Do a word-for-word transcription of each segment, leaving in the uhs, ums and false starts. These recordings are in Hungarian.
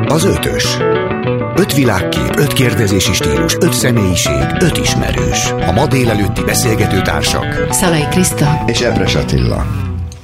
Az ötös. Öt világkép, öt kérdezési stílus, öt személyiség, öt ismerős. A ma délelőtti beszélgető társak Szalai Kriszta és Epres Attila.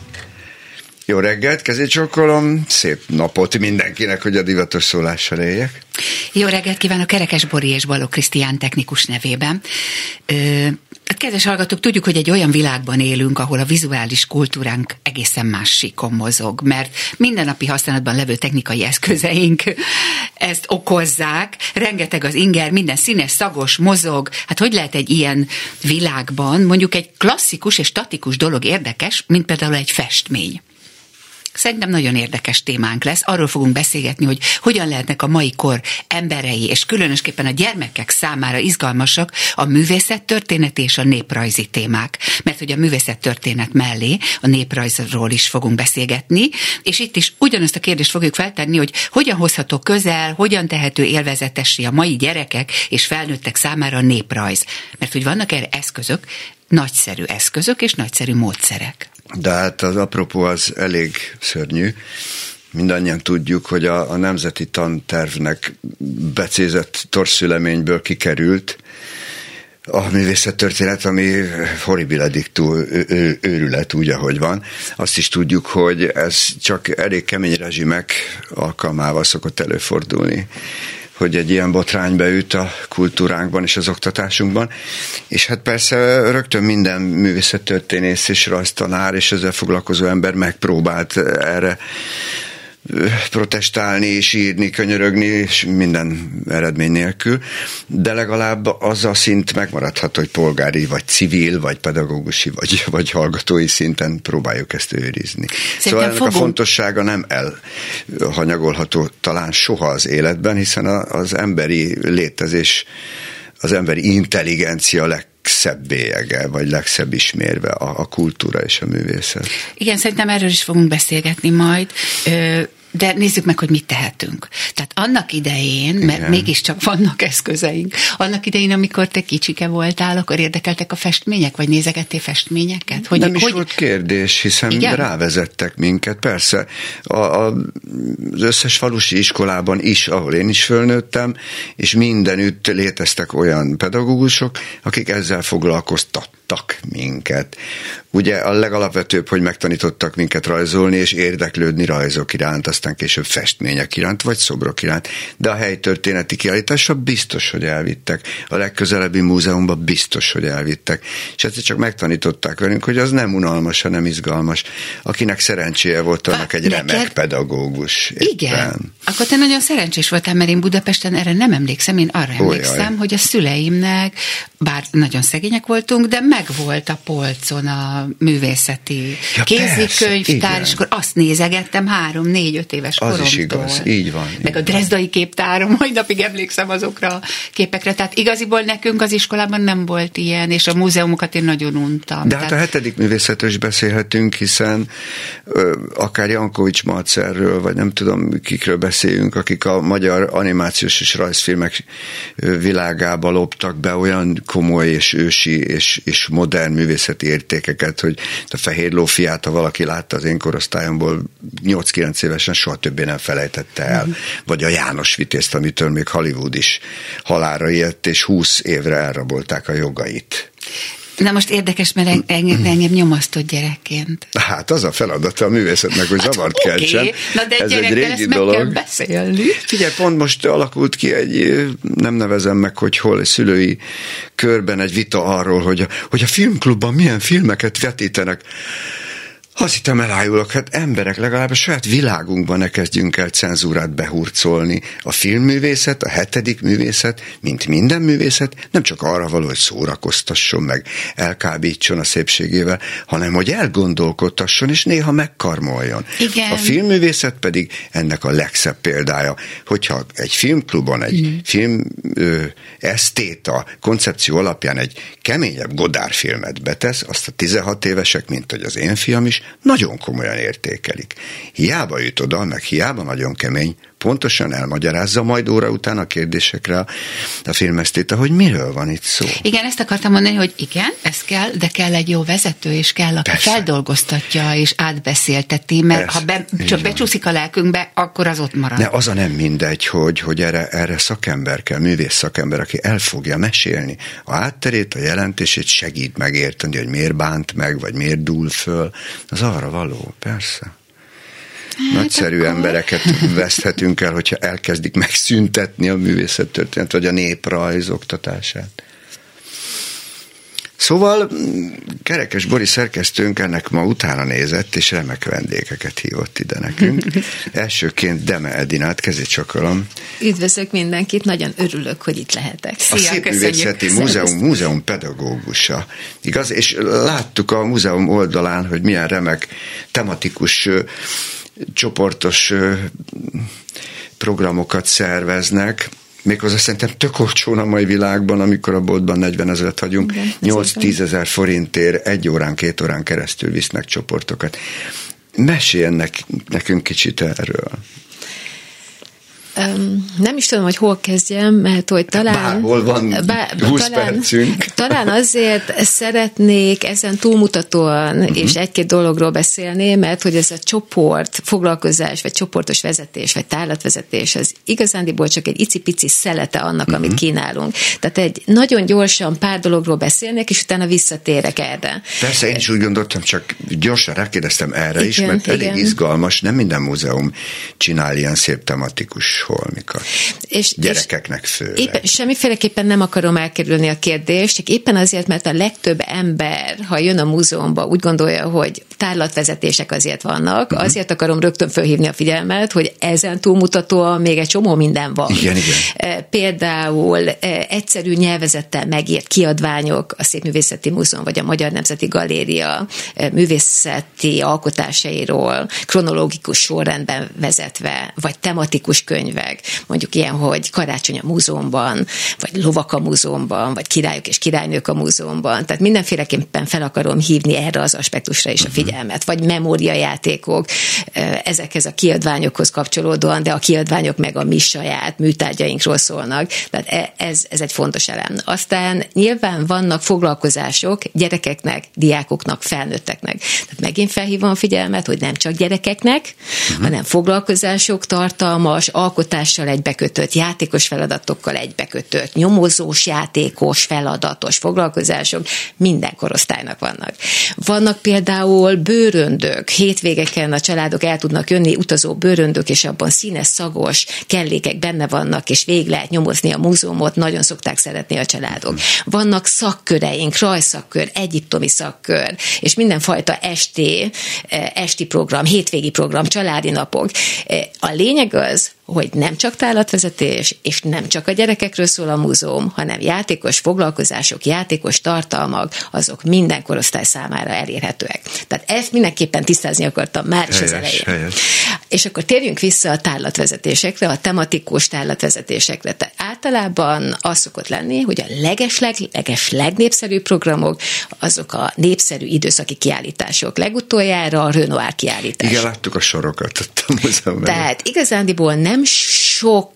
Jó reggelt, kezécsokkolom, szép napot mindenkinek, hogy a divatos szólással éljek. Jó reggelt kívánok Kerekes Bori és Balogh Krisztián technikus nevében. Ö, kedves hallgatók, tudjuk, hogy egy olyan világban élünk, ahol a vizuális kultúránk egészen más síkon mozog, mert mindennapi használatban levő technikai eszközeink ezt okozzák, rengeteg az inger, minden színes, szagos, mozog. Hát hogy lehet egy ilyen világban mondjuk egy klasszikus és statikus dolog érdekes, mint például egy festmény? Szerintem nagyon érdekes témánk lesz. Arról fogunk beszélgetni, hogy hogyan lehetnek a mai kor emberei, és különösképpen a gyermekek számára izgalmasak a művészettörténeti és a néprajzi témák. Mert hogy a művészettörténet mellé a néprajzról is fogunk beszélgetni, és itt is ugyanazt a kérdést fogjuk feltenni, hogy hogyan hozható közel, hogyan tehető élvezetessé a mai gyerekek és felnőttek számára a néprajz. Mert hogy vannak erre eszközök, nagyszerű eszközök és nagyszerű módszerek. De hát az apropó az elég szörnyű. Mindannyian tudjuk, hogy a, a nemzeti tantervnek becézett torszüleményből kikerült a művészettörténet, ami horribile dictu őrület, úgy, ahogy van. Azt is tudjuk, hogy ez csak elég kemény rezsimek alkalmával szokott előfordulni, hogy egy ilyen botrány beüt a kultúránkban és az oktatásunkban. És hát persze rögtön minden művészettörténész és rajztanár és ezzel foglalkozó ember megpróbált erre protestálni és írni, könyörögni, és minden eredmény nélkül, de legalább az a szint megmaradhat, hogy polgári, vagy civil, vagy pedagógusi, vagy, vagy hallgatói szinten próbáljuk ezt őrizni. Szerintem szóval ennek fogunk... a fontossága nem elhanyagolható talán soha az életben, hiszen az emberi létezés, az emberi intelligencia leg legszebb bélyege, vagy legszebb ismérve a, a kultúra és a művészet. Igen, szerintem erről is fogunk beszélgetni majd, de nézzük meg, hogy mit tehetünk. Tehát annak idején, mert igen, mégiscsak vannak eszközeink, annak idején, amikor te kicsike voltál, akkor érdekeltek a festmények, vagy nézegettél festményeket? Hogy, nem is hogy... volt kérdés, hiszen igen, rávezettek minket, persze. A, a, az összes falusi iskolában is, ahol én is fölnőttem, és mindenütt léteztek olyan pedagógusok, akik ezzel foglalkoztattak minket. Ugye a legalapvetőbb, hogy megtanítottak minket rajzolni, és érdeklődni rajzok iránt, aztán később festmények iránt, vagy szobrok iránt, de a helytörténeti kiállításra biztos, hogy elvittek. A legközelebbi múzeumba biztos, hogy elvittek. És ezt csak megtanították velünk, hogy az nem unalmas, hanem izgalmas. Akinek szerencséje volt, annak egy neked... remek pedagógus. Éppen. Igen. Akkor te nagyon szerencsés voltál, mert én Budapesten erre nem emlékszem, én arra emlékszem, Olyaj. hogy a szüleimnek, bár nagyon szegények voltunk, de megvolt a polcon a művészeti ja, kézikönyvtár, és akkor azt nézegettem három, négy, öt éves koromtól. Az is igaz, így van. Meg így a Dresdai képtárom, majd napig emlékszem azokra a képekre. Tehát igaziból nekünk az iskolában nem volt ilyen, és a múzeumokat én nagyon untam. De hát Tehát... a hetedik művészetről is beszélhetünk, hiszen ö, akár Jankovics Marcelről, vagy nem tudom kikről beszéljünk, akik a magyar animációs és rajzfilmek világába loptak be olyan komoly és ősi és, és modern művészeti értékeket, hogy a Fehér Ló fiát, ha valaki látta az én korosztályomból nyolc-kilenc évesen, soha többé nem felejtette el. Mm. Vagy a János Vitézt, amitől még Hollywood is halálra ijedt, és húsz évre elrabolták a jogait. Na most érdekes, mert engem, engem nyomasztott gyerekként. Hát az a feladata a művészetnek, hogy hát, zavart okay. keltsen. Na de egy gyerekkel ezt meg kell beszélni. Figyelj, pont most alakult ki egy, nem nevezem meg, hogy hol, szülői körben egy vita arról, hogy a, hogy a filmklubban milyen filmeket vetítenek. Azt hittem elájulok, hát emberek, legalább a saját világunkban ne kezdjünk el cenzúrát behurcolni. A filmművészet, a hetedik művészet, mint minden művészet, nem csak arra való, hogy szórakoztasson meg, elkábítson a szépségével, hanem hogy elgondolkodtasson, és néha megkarmoljon. Igen. A filmművészet pedig ennek a legszebb példája, hogyha egy filmklubon egy mm. film ö, esztéta koncepció alapján egy keményebb Godard filmet betesz, azt a tizenhat évesek, mint hogy az én fiam is, nagyon komolyan értékelik. Hiába jut oda, meg hiába nagyon kemény, pontosan elmagyarázza majd óra után a kérdésekre a, a filmesztéta, hogy miről van itt szó. Igen, ezt akartam mondani, hogy igen, ez kell, de kell egy jó vezető, és kell, aki Persze. feldolgoztatja és átbeszélteti, mert Persze. ha be, csak becsúszik a lelkünkbe, akkor az ott marad. Ne, az a nem mindegy, hogy, hogy erre, erre szakember kell, művész szakember, aki el fogja mesélni a hátterét, a jelentését, segít megérteni, hogy miért bánt meg, vagy miért dúl föl. Az arra való, persze. Hát nagyszerű akkor... embereket veszthetünk el, hogyha elkezdik megszüntetni a művészettörténet, vagy a néprajz oktatását. Szóval Kerekes Bori szerkesztőnk ennek ma utána nézett, és remek vendégeket hívott ide nekünk. Elsőként Deme Edinát, kezét csakolom. Üdvözlök mindenkit, nagyon örülök, hogy itt lehetek. Szia, a Szépművészeti Múzeum, múzeum pedagógusa. Igaz? És láttuk a múzeum oldalán, hogy milyen remek tematikus csoportos programokat szerveznek, méghozzá szerintem tök olcsón a mai világban, amikor a boltban negyven ezeret hagyunk, nyolc-tízezer forintért egy órán, két órán keresztül visznek csoportokat. Meséljenek nekünk kicsit erről. Um, nem is tudom, hogy hol kezdjem, mert hogy talán... Bárhol van bár, húsz talán, percünk. Talán azért szeretnék ezen túlmutatóan uh-huh. és egy-két dologról beszélni, mert hogy ez a csoport foglalkozás, vagy csoportos vezetés, vagy tárlatvezetés, az igazándiból csak egy icipici szelete annak, uh-huh. amit kínálunk. Tehát egy nagyon gyorsan pár dologról beszélnék, és utána visszatérek erre. Persze, én is úgy gondoltam, csak gyorsan rákérdeztem erre igen, is, mert igen. elég izgalmas, nem minden múzeum csinál ilyen szép tematikus holmikat. És, gyerekeknek főleg. Éppen, semmiféleképpen nem akarom elkerülni a kérdést, csak éppen azért, mert a legtöbb ember, ha jön a múzeumba, úgy gondolja, hogy tárlatvezetések azért vannak, uh-huh. azért akarom rögtön fölhívni a figyelmet, hogy ezen túlmutatóan még egy csomó minden van. Igen, igen. Például egyszerű nyelvezettel megírt kiadványok a Szépművészeti Múzeum vagy a Magyar Nemzeti Galéria művészeti alkotásairól kronológikus sorrendben vezetve, vagy tematikus könyvek, mondjuk ilyen, hogy Karácsony a múzeumban, vagy Lovak a múzeumban, vagy Királyok és királynők a múzeumban. Tehát mindenféleképpen fel akarom hívni erre az aspektusra is a figyelmet, vagy memóriajátékok ezekhez a kiadványokhoz kapcsolódóan, de a kiadványok meg a mi saját műtárgyainkról szólnak. Tehát ez, ez egy fontos elem. Aztán nyilván vannak foglalkozások gyerekeknek, diákoknak, felnőtteknek. Tehát megint felhívom a figyelmet, hogy nem csak gyerekeknek, uh-huh. hanem foglalkozások, tartalmas, alkotással egybekötött, játékos feladatokkal egybekötött, nyomozós, játékos, feladatos foglalkozások minden korosztálynak vannak. Vannak például bőröndök, hétvégeken a családok el tudnak jönni, utazó bőröndök, és abban színes, szagos kellékek benne vannak, és végig lehet nyomozni a múzeumot, nagyon szokták szeretni a családok. Vannak szakköreink, rajszakkör, egyiptomi szakkör, és mindenfajta esti, esti program, hétvégi program, családi napok. A lényeg az, hogy nem csak tárlatvezetés, és nem csak a gyerekekről szól a múzeum, hanem játékos foglalkozások, játékos tartalmak, azok minden korosztály számára elérhetőek. Tehát ezt mindenképpen tisztázni akartam már is az elején. Helyes. És akkor térjünk vissza a tárlatvezetésekre, a tematikus tárlatvezetésekre. Tehát általában az szokott lenni, hogy a legesleg, leges legnépszerűbb programok, azok a népszerű időszaki kiállítások. Legutoljára a Renoir kiállítás. Igen, láttuk a sorokat ott a múzeumban. Tehát igazándiból nem sok,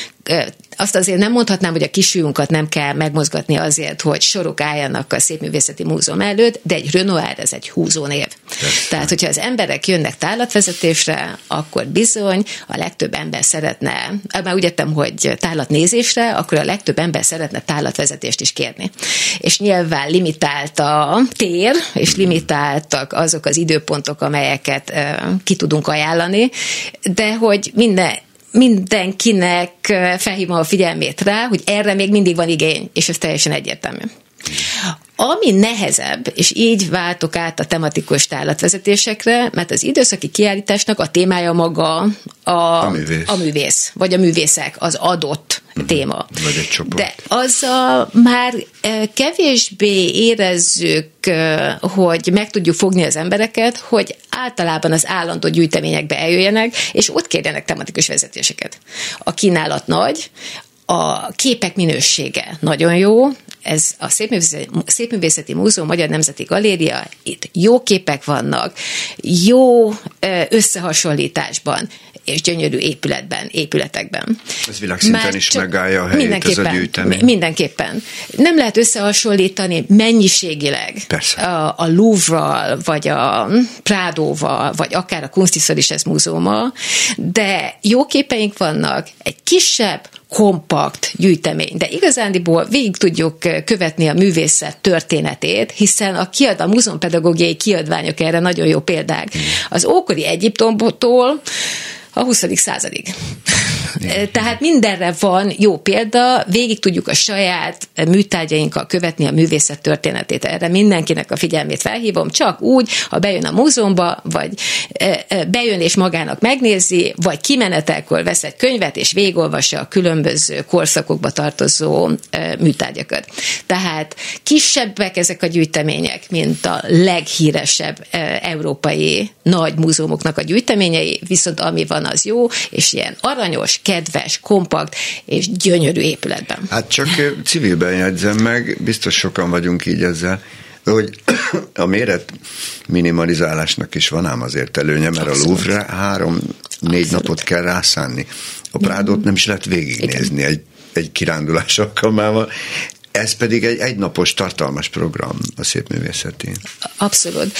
azt azért nem mondhatnám, hogy a kisfiunkat nem kell megmozgatni azért, hogy sorok álljanak a Szépművészeti Múzeum előtt, de egy Renoir, ez egy húzónév. Yes. Tehát, hogyha az emberek jönnek tárlatvezetésre, akkor bizony a legtöbb ember szeretne, már úgy értem, hogy tárlatnézésre, akkor a legtöbb ember szeretne tárlatvezetést is kérni. És nyilván limitált a tér, és limitáltak azok az időpontok, amelyeket ki tudunk ajánlani, de hogy minden mindenkinek felhívom a figyelmét rá, hogy erre még mindig van igény, és ez teljesen egyértelmű. Ami nehezebb, és így váltok át a tematikus tárlatvezetésekre, mert az időszaki kiállításnak a témája maga a, a, művész. a művész, vagy a művészek, az adott uh-huh. téma. Vagy egy csoport. De azzal már kevésbé érezzük, hogy meg tudjuk fogni az embereket, hogy általában az állandó gyűjteményekbe eljöjjenek, és ott kérjenek tematikus vezetéseket. A kínálat nagy, a képek minősége nagyon jó, ez a Szépművészeti, Szépművészeti Múzeum, Magyar Nemzeti Galéria, itt jó képek vannak, jó összehasonlításban, és gyönyörű épületben, épületekben. Ez világszinten Már is megállja a helyét ez a gyűjtemény. Mindenképpen. Nem lehet összehasonlítani mennyiségileg Persze. a, a Louvre-val, vagy a Prádóval, vagy akár a Kunsthistorisches Múzeummal, de jó képeink vannak, egy kisebb, kompakt gyűjtemény, de igazándiból végig tudjuk követni a művészet történetét, hiszen a, kiad, a múzeumpedagógiai kiadványok erre nagyon jó példák. Az ókori Egyiptomtól a huszadik századig. Tehát mindenre van jó példa, végig tudjuk a saját műtárgyainkkal követni a művészet történetét. Erre mindenkinek a figyelmét felhívom, csak úgy, ha bejön a múzeumba, vagy bejön és magának megnézi, vagy kimenetelkor vesz egy könyvet, és végigolvassa a különböző korszakokba tartozó műtárgyakat. Tehát kisebbek ezek a gyűjtemények, mint a leghíresebb európai nagy múzeumoknak a gyűjteményei, viszont ami van, az jó, és ilyen aranyos, kedves, kompakt és gyönyörű épületben. Hát csak civilben jegyzem meg, biztos sokan vagyunk így ezzel, hogy a méret minimalizálásnak is van ám azért előnye, mert Abszolút. A Louvre három-négy napot kell rászánni. A Prádót nem is lehet végignézni egy, egy kirándulás alkalmával. Ez pedig egy egynapos tartalmas program a szépművészeti. Abszolút.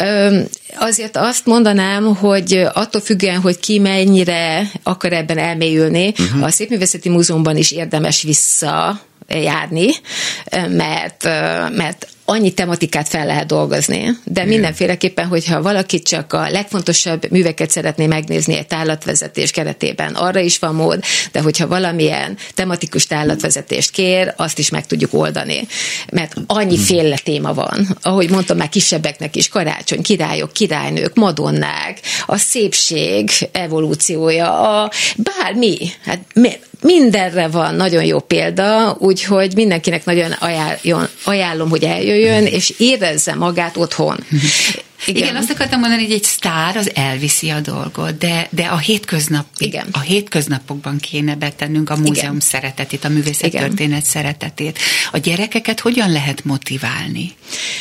Azért azt mondanám, hogy attól függően, hogy ki mennyire akar ebben elmélyülni, uh-huh. a Szépművészeti Múzeumban is érdemes visszajárni, mert, mert annyi tematikát fel lehet dolgozni, de Igen. mindenféleképpen, hogyha valaki csak a legfontosabb műveket szeretné megnézni egy tárlatvezetés keretében, arra is van mód, de hogyha valamilyen tematikus tárlatvezetést kér, azt is meg tudjuk oldani. Mert annyiféle téma van, ahogy mondtam, már kisebbeknek is, karácsony, királyok, királynők, madonnák, a szépség evolúciója, a bármi, hát mi, mindenre van nagyon jó példa, úgyhogy mindenkinek nagyon ajánlom, ajánlom hogy eljöjjön, és érezze magát otthon. Igen. Igen, azt akartam mondani, hogy egy sztár az elviszi a dolgot, de, de a, hétköznap, Igen. a hétköznapokban kéne betennünk a múzeum Igen. szeretetét, a művészettörténet szeretetét. A gyerekeket hogyan lehet motiválni?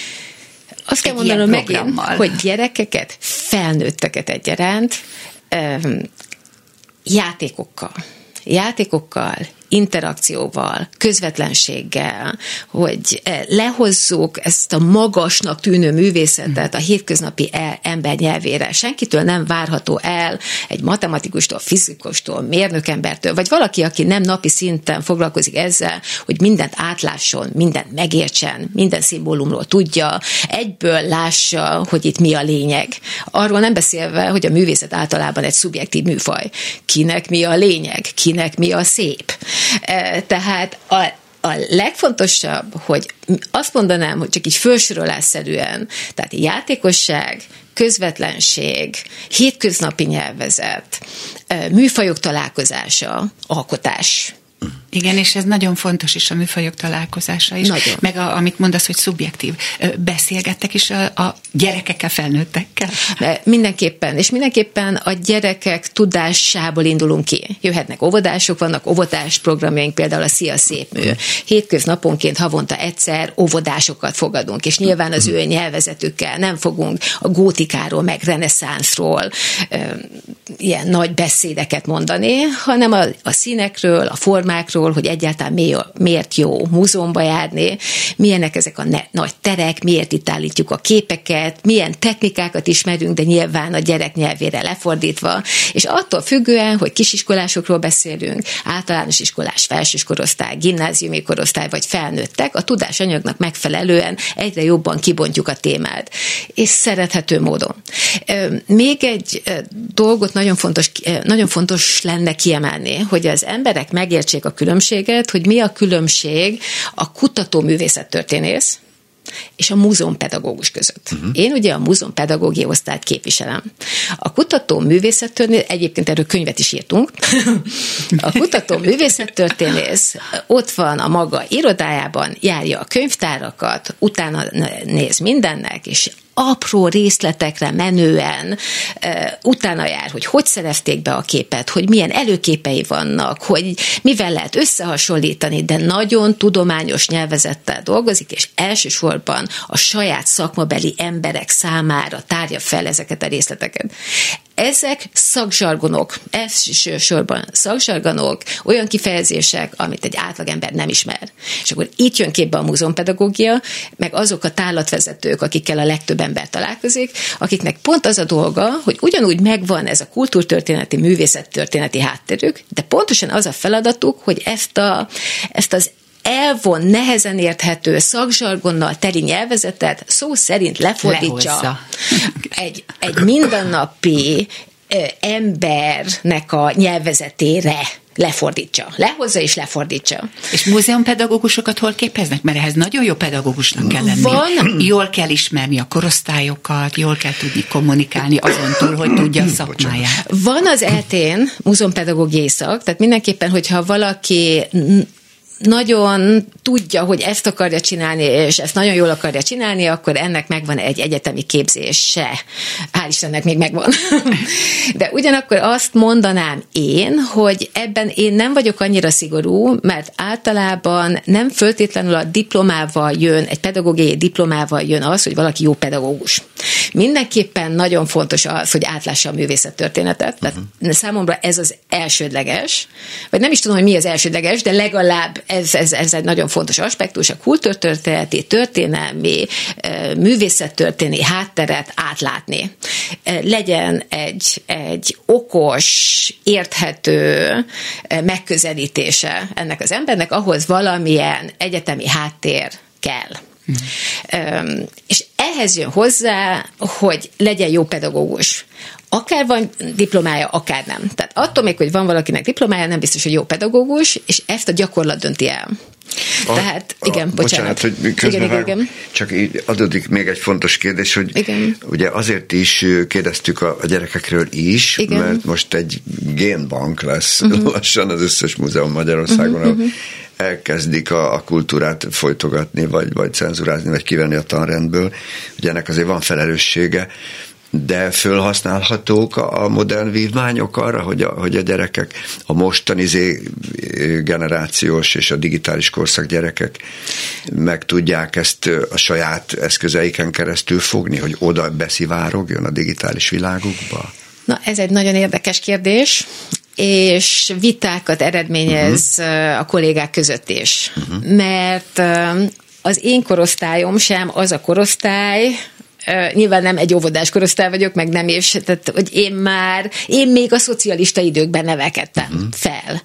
Azt kell mondanom megint, hogy gyerekeket, felnőtteket egyaránt játékokkal. Játékokkal, interakcióval, közvetlenséggel, hogy lehozzuk ezt a magasnak tűnő művészetet a hétköznapi ember nyelvére. Senkitől nem várható el, egy matematikustól, fizikustól, mérnökembertől, vagy valaki, aki nem napi szinten foglalkozik ezzel, hogy mindent átlásson, mindent megértsen, minden szimbólumról tudja, egyből lássa, hogy itt mi a lényeg. Arról nem beszélve, hogy a művészet általában egy szubjektív műfaj. Kinek mi a lényeg, kinek mi a szép. Tehát a, a legfontosabb, hogy azt mondanám, hogy csak így felsorolásszerűen, tehát játékosság, közvetlenség, hétköznapi nyelvezet, műfajok találkozása, alkotás. Igen, és ez nagyon fontos is a műfajok találkozása is. Nagyon. Meg a, amit mondasz, hogy szubjektív. Beszélgettek is a, a gyerekekkel, felnőttekkel? Mindenképpen, és mindenképpen a gyerekek tudásából indulunk ki. Jöhetnek óvodások, vannak óvodás programjaink, például a Szia Szépmű. Hétköznaponként havonta egyszer óvodásokat fogadunk, és nyilván az ő nyelvezetükkel nem fogunk a gótikáról, meg reneszánszról ilyen nagy beszédeket mondani, hanem a, a színekről, a formákról, hogy egyáltalán miért jó múzeumba járni, milyenek ezek a ne- nagy terek, miért itt állítjuk a képeket, milyen technikákat ismerünk, de nyilván a gyerek nyelvére lefordítva, és attól függően, hogy kisiskolásokról beszélünk, általános iskolás, felsőskorosztály, gimnáziumi korosztály vagy felnőttek, a tudásanyagnak megfelelően egyre jobban kibontjuk a témát, és szerethető módon. Még egy dolgot nagyon fontos, nagyon fontos lenne kiemelni, hogy az emberek megértsék a különbséget, hogy mi a különbség a kutató művészettörténész és a múzeumpedagógus között. Uh-huh. Én ugye a múzeumpedagógiai osztályt képviselem. A kutató művészettörténész, egyébként erről könyvet is írtunk, a kutató művészettörténész ott van a maga irodájában, járja a könyvtárakat, utána néz mindennek, és apró részletekre menően uh, utána jár, hogy hogy szerezték be a képet, hogy milyen előképei vannak, hogy mivel lehet összehasonlítani, de nagyon tudományos nyelvezettel dolgozik, és elsősorban a saját szakmabeli emberek számára tárja fel ezeket a részleteket. ezek szakzsargonok, elsősorban szakzsargonok, olyan kifejezések, amit egy átlagember nem ismer. És akkor itt jön képbe a múzeumpedagógia, meg azok a tárlatvezetők, akikkel a legtöbb ember találkozik, akiknek pont az a dolga, hogy ugyanúgy megvan ez a kultúrtörténeti, művészettörténeti hátterük, de pontosan az a feladatuk, hogy ezt, a, ezt az elvon, nehezen érthető, szakzsargonnal teli nyelvezetet szó szerint lefordítsa egy, egy mindennapi embernek a nyelvezetére lefordítsa. Lehozza és lefordítsa. És múzeumpedagógusokat hol képeznek? Mert ehhez nagyon jó pedagógusnak kell lenni. Van. Jól kell ismerni a korosztályokat, jól kell tudni kommunikálni azon túl, hogy tudja a szakmáját. Van az é té-n múzeumpedagógiai szak, tehát mindenképpen, hogyha valaki nagyon tudja, hogy ezt akarja csinálni, és ezt nagyon jól akarja csinálni, akkor ennek megvan egy egyetemi képzése. Hál' Istennek még megvan. De ugyanakkor azt mondanám én, hogy ebben én nem vagyok annyira szigorú, mert általában nem föltétlenül a diplomával jön, egy pedagógiai diplomával jön az, hogy valaki jó pedagógus. Mindenképpen nagyon fontos az, hogy átlássa a művészettörténetet. Tehát uh-huh. számomra ez az elsődleges, vagy nem is tudom, hogy mi az elsődleges, de legalább Ez, ez, ez egy nagyon fontos aspektus, a kultúrtörténeti, történelmi, művészettörténeti hátteret átlátni. Legyen egy, egy okos, érthető megközelítése ennek az embernek, ahhoz valamilyen egyetemi háttér kell. Hmm. És ehhez jön hozzá, hogy legyen jó pedagógus. Akár van diplomája, akár nem. Tehát attól még, hogy van valakinek diplomája, nem biztos, hogy jó pedagógus, és ezt a gyakorlat dönti el. A, Tehát, igen, a, bocsánat. bocsánat, hogy igen, igen, igen. Csak így adódik még egy fontos kérdés, hogy igen. ugye azért is kérdeztük a, a gyerekekről is, igen. mert most egy génbank lesz uh-huh. lassan az összes múzeum Magyarországon, uh-huh, uh-huh. elkezdik a, a kultúrát folytogatni, vagy, vagy cenzurázni, vagy kivenni a tanrendből. Ugye ennek azért van felelőssége, de fölhasználhatók a modern vívmányok arra, hogy a, hogy a gyerekek, a mostani zé generációs és a digitális korszak gyerekek meg tudják ezt a saját eszközeiken keresztül fogni, hogy oda beszivárogjon a digitális világukba? Na, ez egy nagyon érdekes kérdés, és vitákat eredményez uh-huh. a kollégák között is. Uh-huh. Mert az én korosztályom sem az a korosztály, Uh, nyilván nem egy óvodás korosztály vagyok, meg nem is, tehát, hogy én már, én még a szocialista időkben nevelkedtem uh-huh. fel.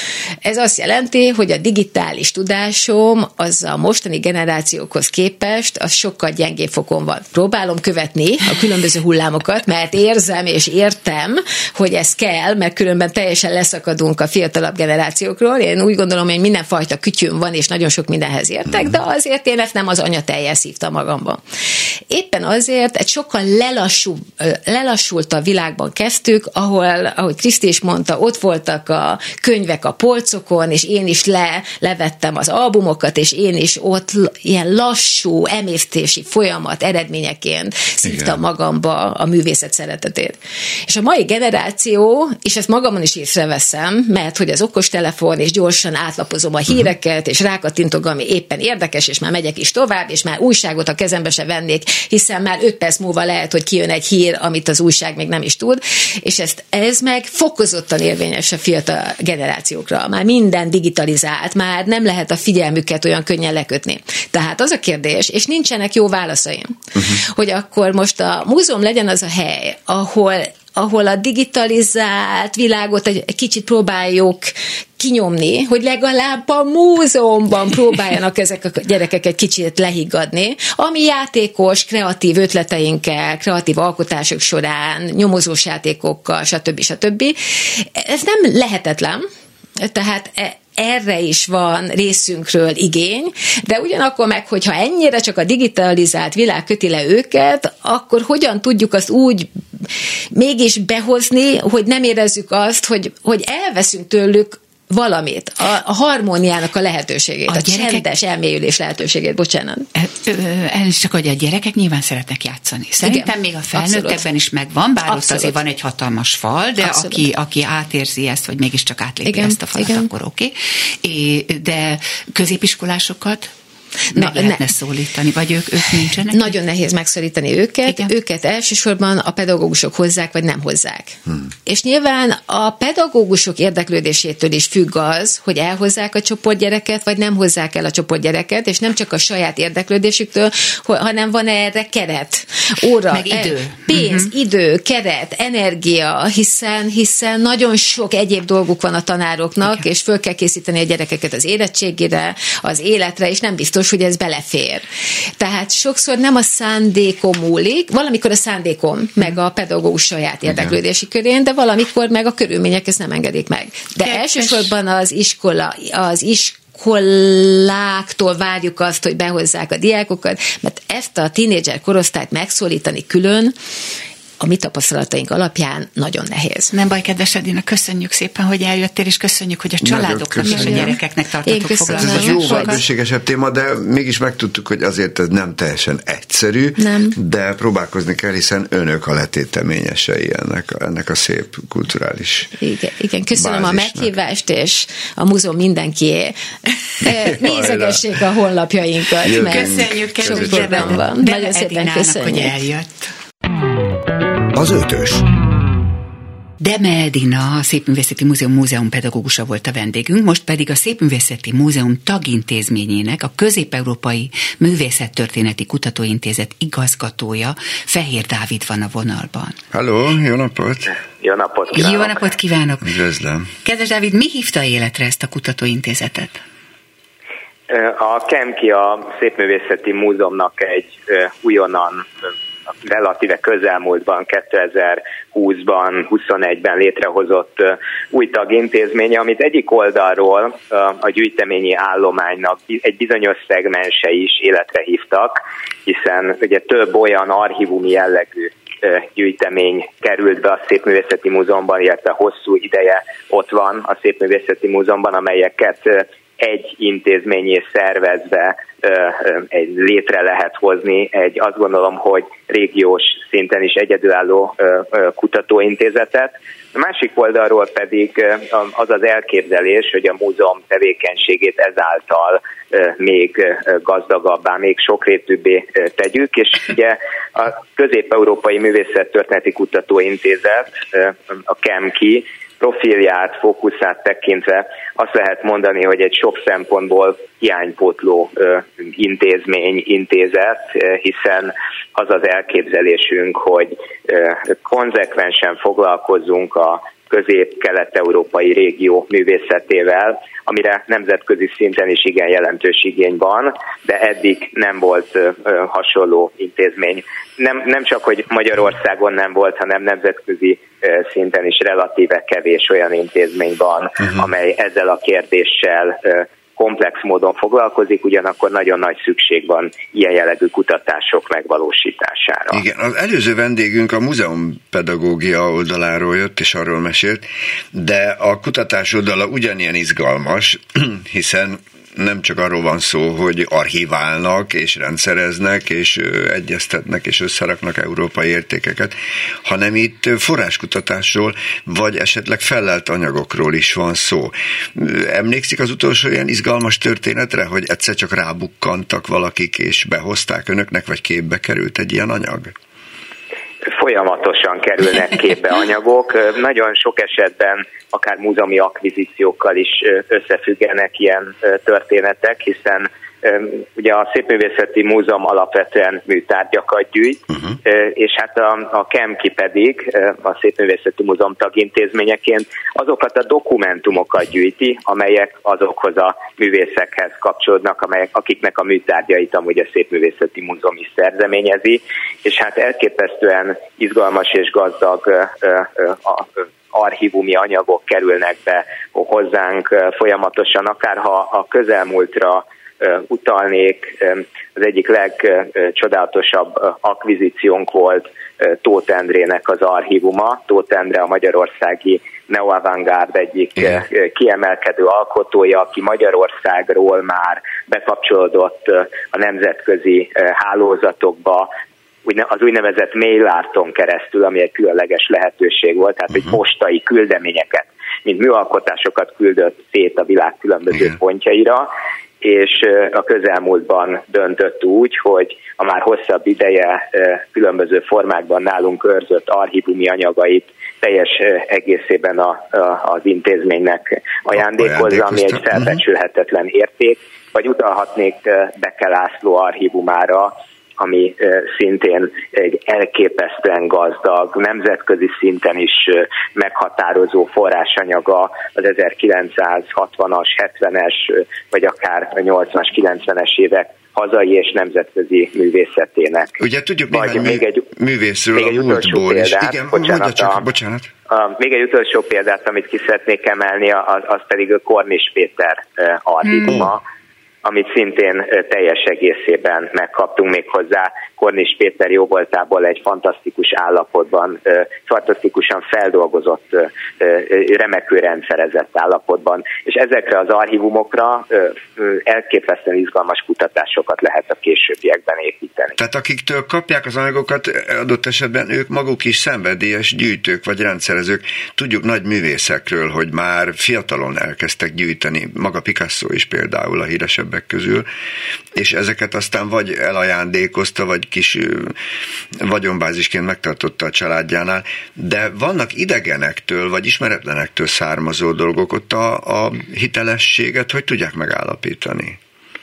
Ez azt jelenti, hogy a digitális tudásom az a mostani generációkhoz képest az sokkal gyengébb fokon van. Próbálom követni a különböző hullámokat, mert érzem és értem, hogy ez kell, mert különben teljesen leszakadunk a fiatalabb generációkról. Én úgy gondolom, hogy mindenfajta kütyüm van, és nagyon sok mindenhez értek, de azért én ezt nem az anyateljel szívtam magamba. Éppen azért egy sokkal lelassul, lelassult a világban kezdtük, ahol, ahogy Kriszti is mondta, ott voltak a könyvek a polcokon, és én is le, levettem az albumokat, és én is ott ilyen lassú emésztési folyamat eredményeként szívtam magamba a művészet szeretetét. És a mai generáció, és ezt magamon is észreveszem, mert hogy az okostelefon, és gyorsan átlapozom a híreket, és rákattintog, ami éppen érdekes, és már megyek is tovább, és már újságot a kezembe se vennék, hiszen már öt perc múlva lehet, hogy kijön egy hír, amit az újság még nem is tud, és ezt, ez meg fokozottan érvényes a fiatal generációkra. Már minden digitalizált, már nem lehet a figyelmüket olyan könnyen lekötni. Tehát az a kérdés, és nincsenek jó válaszaim, uh-huh. hogy akkor most a múzeum legyen az a hely, ahol ahol a digitalizált világot egy kicsit próbáljuk kinyomni, hogy legalább a múzeumban próbáljanak ezek a gyerekek egy kicsit lehiggadni, ami játékos, kreatív ötleteinkkel, kreatív alkotások során, nyomozós játékokkal, stb. stb. Ez nem lehetetlen, tehát erre is van részünkről igény, de ugyanakkor meg, hogyha ennyire csak a digitalizált világ köti le őket, akkor hogyan tudjuk azt úgy mégis behozni, hogy nem érezzük azt, hogy, hogy elveszünk tőlük valamit, a, a harmóniának a lehetőségét, a, a gyerekek... csendes elmélyülés lehetőségét, bocsánat. El is csak, hogy a gyerekek nyilván szeretnek játszani. Szerintem igen, még a felnőttekben abszolút. Is megvan, bár abszolút. Ott azért van egy hatalmas fal, de aki, aki átérzi ezt, vagy mégiscsak átlépi igen, ezt a falat, igen. akkor oké. Okay. De középiskolásokat meg Na, lehetne ne. szólítani, vagy ők, ők nincsenek? Nagyon nehéz megszólítani őket. Igen. Őket elsősorban a pedagógusok hozzák, vagy nem hozzák. Hmm. És nyilván a pedagógusok érdeklődésétől is függ az, hogy elhozzák a csoportgyereket, vagy nem hozzák el a csoportgyereket, és nem csak a saját érdeklődésüktől, hanem van erre keret, óra, meg idő. pénz, uh-huh. idő, keret, energia, hiszen, hiszen nagyon sok egyéb dolguk van a tanároknak, igen. és föl kell készíteni a gyerekeket az érettségére, az életre, és nem biztos, hogy ez belefér. Tehát sokszor nem a szándékom múlik, valamikor a szándékom, meg a pedagógus saját érdeklődési körén, de valamikor meg a körülmények ezt nem engedik meg. De Kedves. elsősorban az iskola, az iskola iskoláktól várjuk azt, hogy behozzák a diákokat, mert ezt a tínédzser korosztályt megszólítani külön, a mi tapasztalataink alapján nagyon nehéz. Nem baj, kedves Edina, köszönjük szépen, hogy eljöttél, és köszönjük, hogy a családoknak és a gyerekeknek tartotok foglalkozást. Ez egy jóval bőségesebb téma, de mégis megtudtuk, hogy azért ez nem teljesen egyszerű, nem. de próbálkozni kell, hiszen önök a letéteményesei ennek, ennek a szép kulturális Igen, igen. köszönöm bázisnak. A meghívást, és a múzeum mindenkié. Nézegessék a honlapjainkat. Jövünk. Köszönjük, kedves Edina. Nagyon szépen köszönjük. Hogy eljött. Az ötös. Deme Edina, a Szépművészeti Múzeum múzeumpedagógusa volt a vendégünk, most pedig a Szépművészeti Múzeum tagintézményének, a Közép-Európai Művészettörténeti Kutatóintézet igazgatója, Fehér Dávid van a vonalban. Halló, jó napot! Jó napot kívánok! Jó napot kívánok! Üdvözlöm! Kedves Dávid, mi hívta életre ezt a kutatóintézetet? A KEMKI, a Szépművészeti Múzeumnak egy újonnan relatíve közelmúltban, kétezer-húszban, huszonegyben létrehozott új tagintézménye, amit egyik oldalról a gyűjteményi állománynak egy bizonyos szegmense is életre hívtak, hiszen ugye több olyan archívumi jellegű gyűjtemény került be a Szépművészeti Múzeumban, illetve hosszú ideje ott van a Szépművészeti Múzeumban, amelyeket egy intézményé szervezve egy létre lehet hozni egy, azt gondolom, hogy régiós szinten is egyedülálló kutatóintézetet. A másik oldalról pedig az az elképzelés, hogy a múzeum tevékenységét ezáltal még gazdagabbá, még sokrétűbbé tegyük, és ugye a Közép-Európai Művészettörténeti Kutatóintézet, a KEMKI, profilját, fókuszát tekintve azt lehet mondani, hogy egy sok szempontból hiánypótló intézmény, intézet, hiszen az az elképzelésünk, hogy konzekvensen foglalkozzunk a közép-kelet-európai régió művészetével, amire nemzetközi szinten is igen jelentős igény van, de eddig nem volt hasonló intézmény. Nem, nem csak, hogy Magyarországon nem volt, hanem nemzetközi szinten is relatíve kevés olyan intézmény van, uh-huh. amely ezzel a kérdéssel komplex módon foglalkozik, ugyanakkor nagyon nagy szükség van ilyen jellegű kutatások megvalósítására. Igen, az előző vendégünk a múzeumpedagógia oldaláról jött, és arról mesélt, de a kutatás oldala ugyanilyen izgalmas, hiszen nem csak arról van szó, hogy archiválnak, és rendszereznek, és egyeztetnek, és összeraknak európai értékeket, hanem itt forráskutatásról, vagy esetleg fellelt anyagokról is van szó. Emlékszik az utolsó ilyen izgalmas történetre, hogy egyszer csak rábukkantak valakik, és behozták önöknek, vagy képbe került egy ilyen anyag? Folyamatosan kerülnek képbe anyagok. Nagyon sok esetben akár múzeumi akvizíciókkal is összefüggenek ilyen történetek, hiszen ugye a Szépművészeti Múzeum alapvetően műtárgyakat gyűjt, uh-huh. és hát a, a KEMKI pedig a Szépművészeti Múzeum tagintézményeként azokat a dokumentumokat gyűjti, amelyek azokhoz a művészekhez kapcsolódnak, amelyek, akiknek a műtárgyait amúgy a Szépművészeti Múzeum is szerzeményezi, és hát elképesztően izgalmas és gazdag archívumi anyagok kerülnek be hozzánk folyamatosan, akár ha a közelmúltra utalnék, az egyik legcsodálatosabb akvizíciónk volt Tóth Endrének az archívuma. Tóth Endre a magyarországi neo-avantgárd egyik Igen. kiemelkedő alkotója, aki Magyarországról már bekapcsolódott a nemzetközi hálózatokba, az úgynevezett mail-arton keresztül, ami egy különleges lehetőség volt, tehát uh-huh. hogy postai küldeményeket, mint műalkotásokat küldött szét a világ különböző Igen. pontjaira, és a közelmúltban döntött úgy, hogy a már hosszabb ideje különböző formákban nálunk őrzött archívumi anyagait teljes egészében a, a, az intézménynek ajándékozza, ami egy felbecsülhetetlen érték, vagy utalhatnék Beke László archívumára, ami szintén egy elképesztően gazdag, nemzetközi szinten is meghatározó forrásanyaga az ezerkilencszázhatvanas, hetvenes, vagy akár nyolcvanas, kilencvenes évek hazai és nemzetközi művészetének. Ugye tudjuk néhány még egy, művészről még egy a múltból is. Igen, bocsánat, csak, a, bocsánat. A, még egy utolsó példát, amit ki szeretnék emelni, az, az pedig a Kornis Péter archívuma, hmm. amit szintén teljes egészében megkaptunk, még hozzá Kornis Péter jóvoltából egy fantasztikus állapotban, fantasztikusan feldolgozott, remekül rendszerezett állapotban, és ezekre az archívumokra elképesztően izgalmas kutatásokat lehet a későbbiekben építeni. Tehát akiktől kapják az anyagokat, adott esetben ők maguk is szenvedélyes gyűjtők vagy rendszerezők. Tudjuk nagy művészekről, hogy már fiatalon elkezdtek gyűjteni, maga Picasso is például a híresebbek közül, és ezeket aztán vagy elajándékozta, vagy kis vagyonbázisként megtartotta a családjánál, de vannak idegenektől, vagy ismeretlenektől származó dolgok, ott a, a hitelességet hogy tudják megállapítani?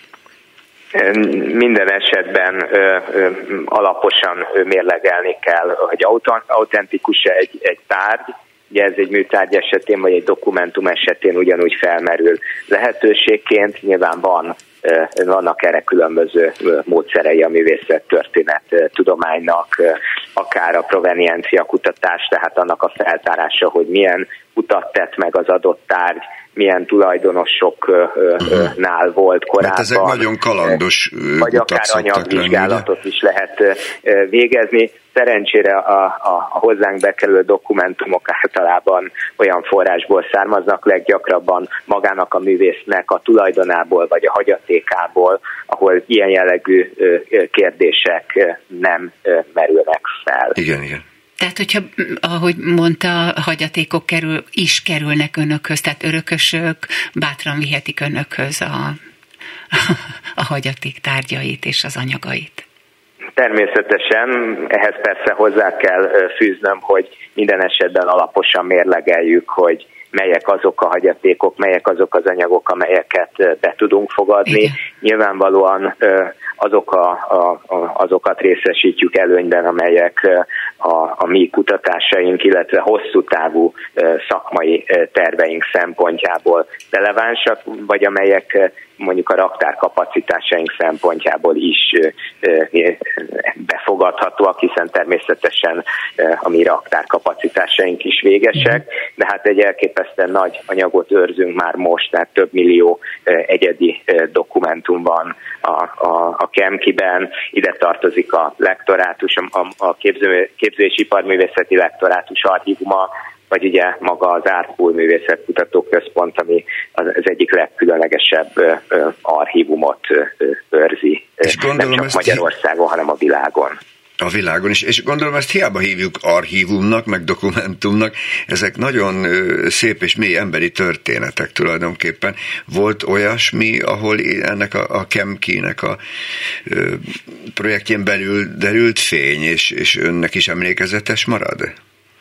Minden esetben ö, ö, alaposan mérlegelni kell, hogy autentikus egy, egy tárgy, ugye ez egy műtárgy esetén, vagy egy dokumentum esetén ugyanúgy felmerül lehetőségként, nyilván van vannak erre különböző módszerei a művészettörténet tudománynak, akár a proveniencia kutatás, tehát annak a feltárása, hogy milyen utat tett meg az adott tárgy, milyen tulajdonosoknál volt korábban. Mert ezek nagyon kalandos vagy akár anyagvizsgálatot is lehet végezni. Szerencsére a, a, a hozzánk bekerülő dokumentumok általában olyan forrásból származnak, leggyakrabban magának a művésznek a tulajdonából vagy a hagyatékából, ahol ilyen jellegű kérdések nem merülnek fel. Igen, igen. Tehát, hogyha, ahogy mondta, hagyatékok kerül, is kerülnek önökhöz, tehát örökösök bátran vihetik önökhöz a, a hagyaték tárgyait és az anyagait. Természetesen, ehhez persze hozzá kell fűznöm, hogy minden esetben alaposan mérlegeljük, hogy melyek azok a hagyatékok, melyek azok az anyagok, amelyeket be tudunk fogadni. Igen. Nyilvánvalóan azok a, a, azokat részesítjük előnyben, amelyek a, a mi kutatásaink, illetve hosszú távú szakmai terveink szempontjából relevánsak, vagy amelyek mondjuk a raktárkapacitásaink szempontjából is befogadhatóak, hiszen természetesen a mi raktárkapacitásaink is végesek, de hát egy elképesztően nagy anyagot őrzünk már most, tehát több millió egyedi dokumentum van a, a, a KEMKI-ben, ide tartozik a lektorátus, a, a képző, képző- és iparművészeti lektorátus archívuma, vagy ugye maga az Artpool Művészetkutató Központ, ami az egyik legkülönlegesebb archívumot őrzi, és nem csak Magyarországon, hanem a világon. A világon is, és gondolom ezt hiába hívjuk archívumnak, meg dokumentumnak, ezek nagyon szép és mély emberi történetek tulajdonképpen. Volt olyasmi, ahol ennek a, a KEMKI-nek a ö, projektjén belül derült fény, és, és önnek is emlékezetes marad?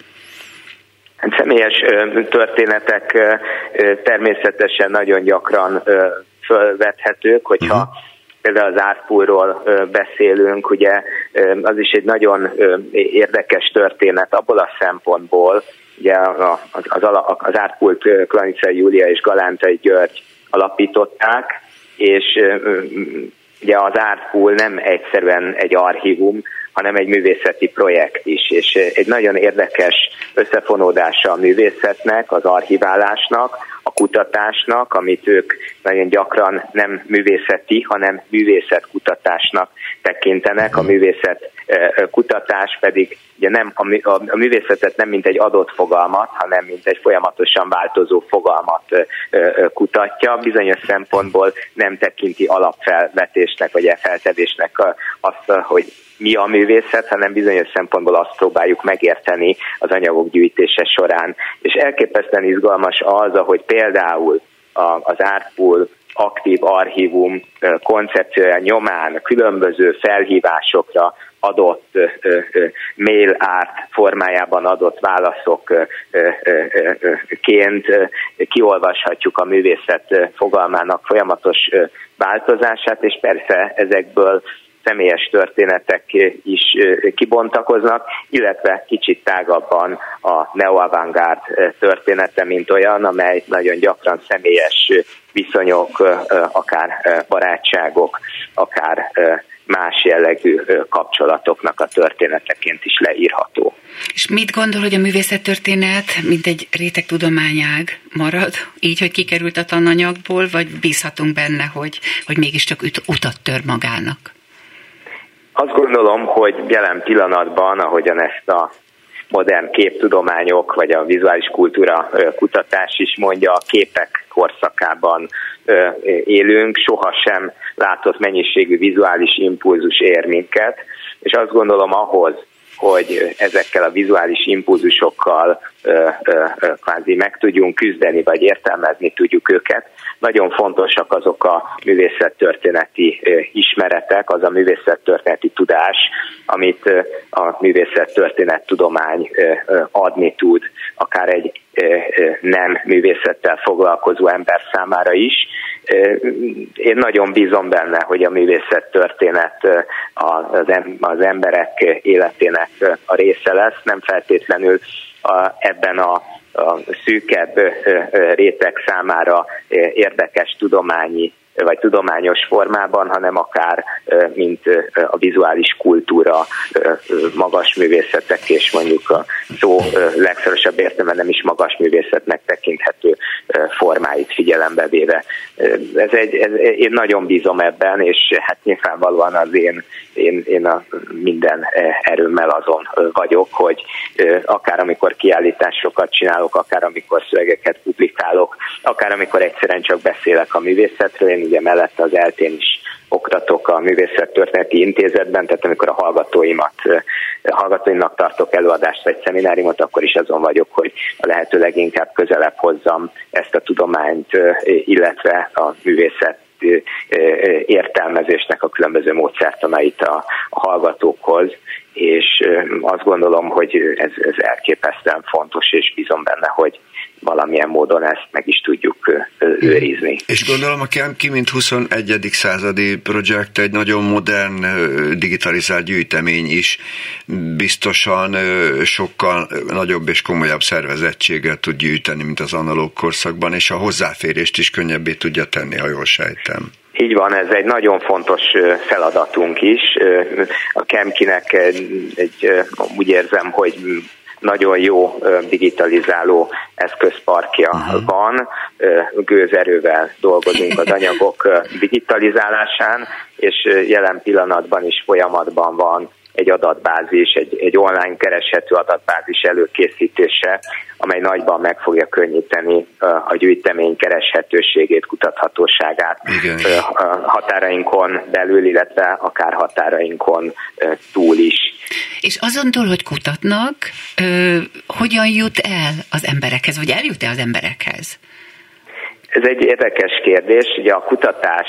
Személyes történetek természetesen nagyon gyakran fölvethetők, hogyha uh-huh. például az Artpoolról beszélünk, ugye az is egy nagyon érdekes történet abból a szempontból, ugye az, az Artpoolt Klanicai Júlia és Galántai György alapították, és ugye az Artpool nem egyszerűen egy archívum, hanem egy művészeti projekt is, és egy nagyon érdekes összefonódása a művészetnek, az archiválásnak, a kutatásnak, amit ők nagyon gyakran nem művészeti, hanem művészetkutatásnak tekintenek. A művészet kutatás pedig ugye nem, a, a, a művészetet nem mint egy adott fogalmat, hanem mint egy folyamatosan változó fogalmat kutatja. Bizonyos szempontból nem tekinti alapfelvetésnek vagy feltevésnek azt, hogy mi a művészet, hanem bizonyos szempontból azt próbáljuk megérteni az anyagok gyűjtése során. És elképesztően izgalmas az, ahogy például az Artpool aktív archívum koncepciója nyomán különböző felhívásokra adott ö, ö, mail art formájában adott válaszokként kiolvashatjuk a művészet fogalmának folyamatos változását, és persze ezekből személyes történetek is kibontakoznak, illetve kicsit tágabban a neo-avantgárd története, mint olyan, amely nagyon gyakran személyes viszonyok, akár barátságok, akár más jellegű kapcsolatoknak a történeteként is leírható. És mit gondol, hogy a művészettörténet mint egy réteg tudományág marad, így, hogy kikerült a tananyagból, vagy bízhatunk benne, hogy, hogy mégiscsak utat tör magának? Azt gondolom, hogy jelen pillanatban, ahogyan ezt a modern képtudományok, vagy a vizuális kultúra kutatás is mondja, a képek korszakában élünk, sohasem látott mennyiségű vizuális impulzus ér minket, és azt gondolom ahhoz, hogy ezekkel a vizuális impulzusokkal ö, ö, ö, kvázi meg tudjunk küzdeni, vagy értelmezni tudjuk őket. Nagyon fontosak azok a művészettörténeti ö, ismeretek, az a művészettörténeti tudás, amit ö, a művészettörténettudomány ö, ö, adni tud, akár egy ö, ö, nem művészettel foglalkozó ember számára is. Én nagyon bízom benne, hogy a művészettörténet az emberek életének a része lesz, nem feltétlenül ebben a, a szűkebb réteg számára érdekes tudományi vagy tudományos formában, hanem akár mint a vizuális kultúra, magas művészetek, és mondjuk a szó legszorosabb értelemben nem is magas művészetnek tekinthető formáit figyelembe véve. Ez egy, ez, én nagyon bízom ebben, és hát nyilvánvalóan az én, én, én a minden erőmmel azon vagyok, hogy akár amikor kiállításokat csinálok, akár amikor szövegeket publikálok, akár amikor egyszerűen csak beszélek a művészetről, én ugye mellette az eltén is oktatok a Művészettörténeti Intézetben, tehát amikor a hallgatóimat, a hallgatóimnak tartok előadást vagy szemináriumot, akkor is azon vagyok, hogy a lehető leginkább közelebb hozzam ezt a tudományt, illetve a művészet értelmezésnek a különböző módszertanait a, a hallgatókhoz, és azt gondolom, hogy ez, ez elképesztően fontos, és bízom benne, hogy valamilyen módon ezt meg is tudjuk őrizni. És gondolom a Kemki, mint huszonegyedik századi projekt, egy nagyon modern, digitalizált gyűjtemény is biztosan sokkal nagyobb és komolyabb szervezettséggel tud gyűjteni, mint az analóg korszakban, és a hozzáférést is könnyebbé tudja tenni, ha jól sejtem. Így van, ez egy nagyon fontos feladatunk is. A Kemkinek egy, egy, úgy érzem, hogy nagyon jó digitalizáló eszközparkja uh-huh. van, gőzerővel dolgozunk az anyagok digitalizálásán, és jelen pillanatban is folyamatban van egy adatbázis, egy, egy online kereshető adatbázis előkészítése, amely nagyban meg fogja könnyíteni a gyűjtemény kereshetőségét, kutathatóságát igen. határainkon belül, illetve akár határainkon túl is. És azon túl, hogy kutatnak, ö, hogyan jut el az emberekhez, vagy eljut-e az emberekhez? Ez egy érdekes kérdés, ugye a kutatás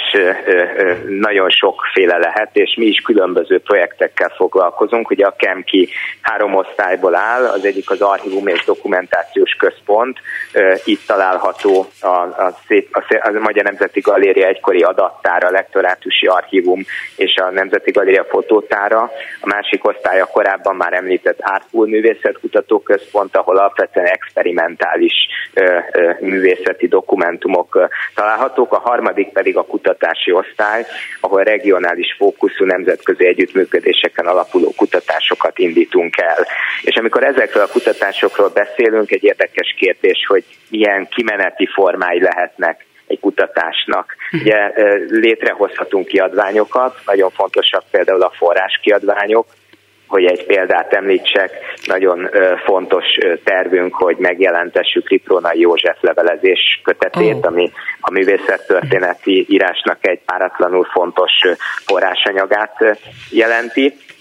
nagyon sokféle lehet, és mi is különböző projektekkel foglalkozunk. Ugye a Kemki három osztályból áll, az egyik az Archívum és Dokumentációs Központ, itt található a, a, szép, a, a Magyar Nemzeti Galéria egykori adattára, a Lektorátusi Archívum és a Nemzeti Galéria fotótára. A másik osztály a korábban már említett Artpool Művészetkutató Központ, ahol alapvetően experimentális művészeti dokumentum találhatók, a harmadik pedig a kutatási osztály, ahol regionális fókuszú nemzetközi együttműködéseken alapuló kutatásokat indítunk el. És amikor ezekről a kutatásokról beszélünk, egy érdekes kérdés, hogy milyen kimeneti formái lehetnek egy kutatásnak. Ugye létrehozhatunk kiadványokat, nagyon fontosak például a forráskiadványok, hogy egy példát említsek, nagyon fontos tervünk, hogy megjelentessük Riprónai József levelezés kötetét, oh. ami a művészettörténeti írásnak egy páratlanul fontos forrásanyagát jelenti.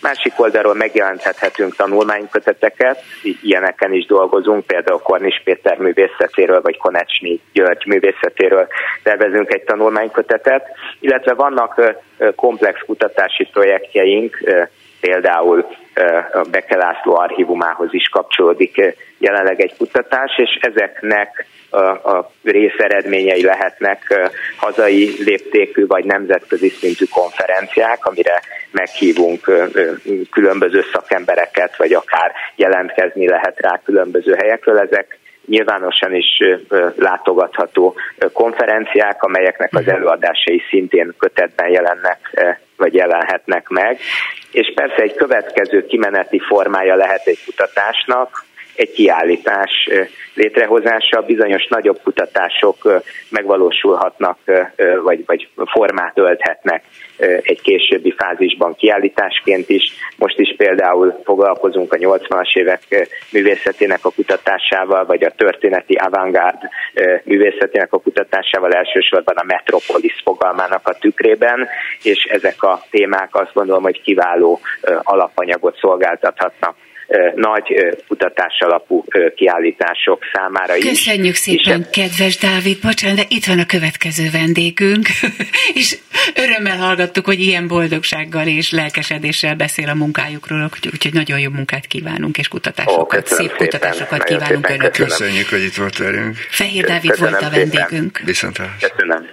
Másik oldalról megjelenthetünk tanulmányköteteket, ilyeneken is dolgozunk, például Kornis Péter művészetéről, vagy Konecsny György művészetéről tervezünk egy tanulmánykötetet, illetve vannak komplex kutatási projektjeink, például a Beke László archívumához is kapcsolódik jelenleg egy kutatás, és ezeknek a, a részeredményei lehetnek hazai léptékű vagy nemzetközi szintű konferenciák, amire meghívunk különböző szakembereket, vagy akár jelentkezni lehet rá különböző helyekről. Ezek nyilvánosan is látogatható konferenciák, amelyeknek az előadásai szintén kötetben jelennek, vagy jelenhetnek meg. És persze egy következő kimeneti formája lehet egy kutatásnak, egy kiállítás létrehozása, bizonyos nagyobb kutatások megvalósulhatnak, vagy, vagy formát ölthetnek egy későbbi fázisban kiállításként is. Most is például foglalkozunk a nyolcvanas évek művészetének a kutatásával, vagy a történeti avantgárd művészetének a kutatásával, elsősorban a Metropolis fogalmának a tükrében, és ezek a témák azt gondolom, hogy kiváló alapanyagot szolgáltathatnak nagy kutatás alapú kiállítások számára is. Köszönjük szépen, és kedves Dávid, bocsánat, de itt van a következő vendégünk, és örömmel hallgattuk, hogy ilyen boldogsággal és lelkesedéssel beszél a munkájukról, úgyhogy nagyon jó munkát kívánunk, és kutatásokat, Ó, szép szépen. kutatásokat nagyon kívánunk önöknek. Köszönjük, hogy itt volt velünk. Fehér Dávid köszönöm volt a vendégünk. Szépen. Viszontlátásra. Köszönöm.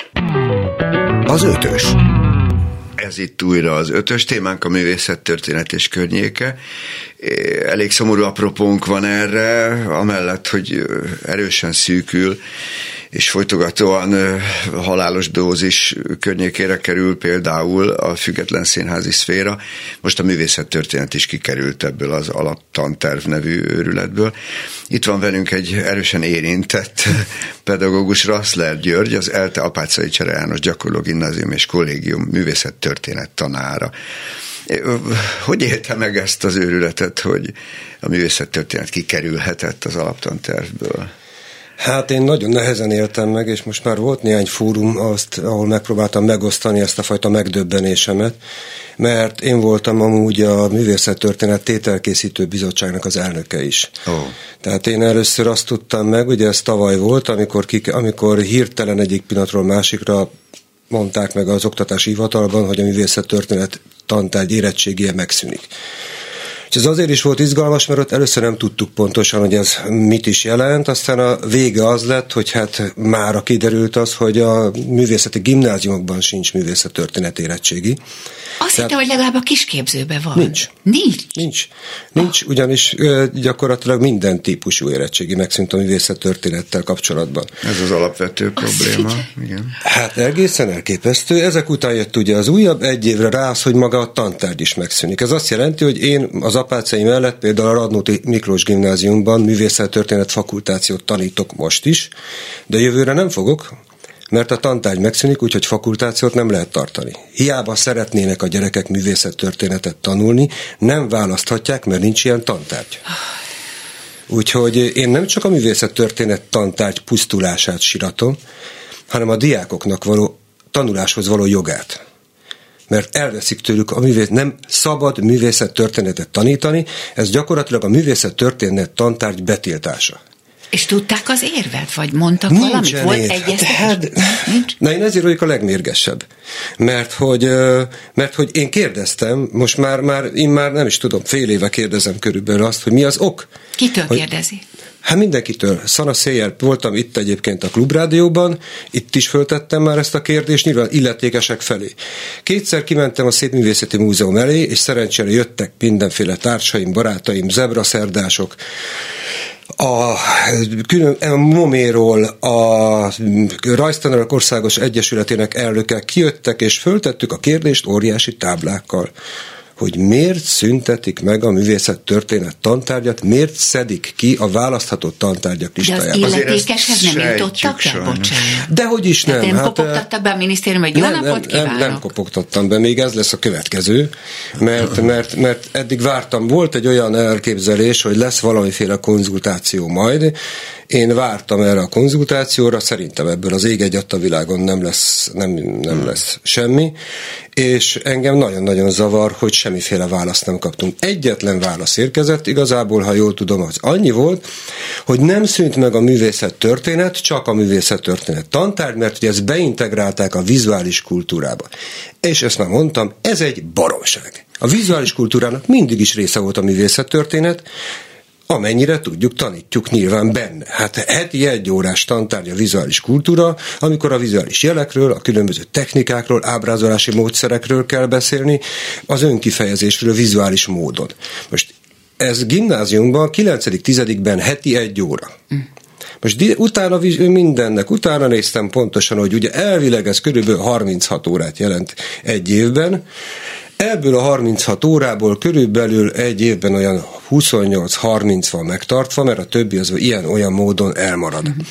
Az ötös. Ez itt újra az ötös témánk, a művészettörténet és környéke. Elég szomorú apropónk van erre, amellett, hogy erősen szűkül, és folytogatóan halálos dózis környékére kerül például a független színházi szféra. Most a művészettörténet is kikerült ebből az alaptanterv nevű őrületből. Itt van velünk egy erősen érintett pedagógus, Rassler György, az ELTE Apáczai Csere János Gyakorló Gimnázium és Kollégium művészettörténet tanára. Hogy élte meg ezt az őrületet, hogy a művészettörténet kikerülhetett az alaptantervből? Hát én nagyon nehezen éltem meg, és most már volt néhány fórum, azt, ahol megpróbáltam megosztani ezt a fajta megdöbbenésemet, mert én voltam amúgy a Művészettörténet Tételkészítő Bizottságnak az elnöke is. Oh. Tehát én először azt tudtam meg, ugye ez tavaly volt, amikor, kik, amikor hirtelen egyik pillanatról másikra mondták meg az oktatási hivatalban, hogy a művészettörténet tantárgy érettségije megszűnik. És ez azért is volt izgalmas, mert ott először nem tudtuk pontosan, hogy ez mit is jelent, aztán a vége az lett, hogy hát mára kiderült az, hogy a művészeti gimnáziumokban sincs művészettörténet érettségi. Azt hittem, hogy legalább a kisképzőben van. Nincs. Nincs? Nincs. Nincs, ah. ugyanis gyakorlatilag minden típusú érettségi megszűnt a művészettörténettel kapcsolatban. Ez az alapvető probléma. Igen. Hát egészen elképesztő. Ezek után jött ugye az újabb egy évre rá az, hogy maga a tantárgy is megszűnik. Ez azt jelenti, hogy én az apácai mellett például a Radnóti Miklós Gimnáziumban művészettörténet fakultációt tanítok most is, de jövőre nem fogok, mert a tantárgy megszűnik, úgyhogy fakultációt nem lehet tartani. Hiába szeretnének a gyerekek művészettörténetet tanulni, nem választhatják, mert nincs ilyen tantárgy. Úgyhogy én nem csak a művészettörténet tantárgy pusztulását síratom, hanem a diákoknak való tanuláshoz való jogát. Mert elveszik tőlük a művészet, nem szabad művészettörténetet tanítani, ez gyakorlatilag a művészettörténet tantárgy betiltása. És tudták az érvet? Vagy mondtak Nincs valamit? Volt egyeztetés? Hát, Nincs? Na én ezért vagyok a legmérgesebb. Mert hogy, mert hogy én kérdeztem, most már, már, én már nem is tudom, fél éve kérdezem körülbelül azt, hogy mi az ok. Kitől hogy, kérdezi? Hát mindenkitől. Szana széjjel voltam itt egyébként a Klubrádióban, itt is föltettem már ezt a kérdést, nyilván illetékesek felé. Kétszer kimentem a Szépművészeti Múzeum elé, és szerencsére jöttek mindenféle társaim, barátaim, zebraszerdások, a, külön, a Moméról, a Rajztanárok Országos Egyesületének elnöke kijöttek, és föltettük a kérdést óriási táblákkal, hogy miért szüntetik meg a művészettörténet tantárgyat, miért szedik ki a választhatott tantárgyak listájában. De az illetékeshez nem jutottak el? Bocsánat. Dehogy is nem. De nem hát, kopogtattak be a minisztérium, hogy jó nem, napot kívánok? Nem, nem kopogtattam be, még ez lesz a következő, mert, mert, mert eddig vártam, volt egy olyan elképzelés, hogy lesz valamiféle konzultáció majd. Én vártam erre a konzultációra, szerintem ebből az ég egy adta világon nem lesz, nem, nem lesz semmi, és engem nagyon-nagyon zavar, hogy semmiféle választ nem kaptunk. Egyetlen válasz érkezett, igazából, ha jól tudom, az annyi volt, hogy nem szűnt meg a művészettörténet, csak a művészettörténet tantárgy, mert ugye ezt beintegrálták a vizuális kultúrába. És ezt már mondtam, ez egy baromság. A vizuális kultúrának mindig is része volt a művészettörténet, amennyire tudjuk, tanítjuk nyilván benne. Hát heti egy órás tantárgy a vizuális kultúra, amikor a vizuális jelekről, a különböző technikákról, ábrázolási módszerekről kell beszélni, az önkifejezésről vizuális módon. Most ez gimnáziumban, kilencedik-tizedikben heti egy óra. Most utána mindennek, utána néztem pontosan, hogy ugye elvileg ez körülbelül harminchat órát jelent egy évben. Ebből a harminchat órából körülbelül egy évben olyan huszonnyolc-harminc van megtartva, mert a többi az ilyen-olyan módon elmarad. Uh-huh.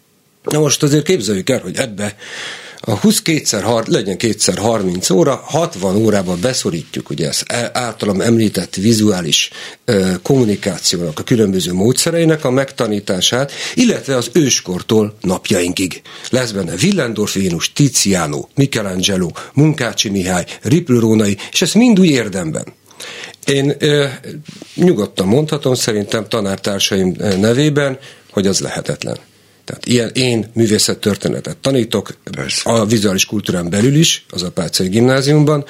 Na most azért képzeljük el, hogy ebbe a húsz kétszer, legyen kétszer harminc óra, hatvan órában beszorítjuk ugye ezt általam említett vizuális uh, kommunikációnak a különböző módszereinek a megtanítását, illetve az őskortól napjainkig. Lesz benne Willendorf Vénus, Tiziano, Michelangelo, Munkácsi Mihály, Riplő Rónai, és ezt mind úgy érdemben. Én uh, nyugodtan mondhatom, szerintem tanártársaim nevében, hogy az lehetetlen. Tehát ilyen, én művészettörténetet tanítok, persze, a vizuális kultúrán belül is, az Apáczai Gimnáziumban.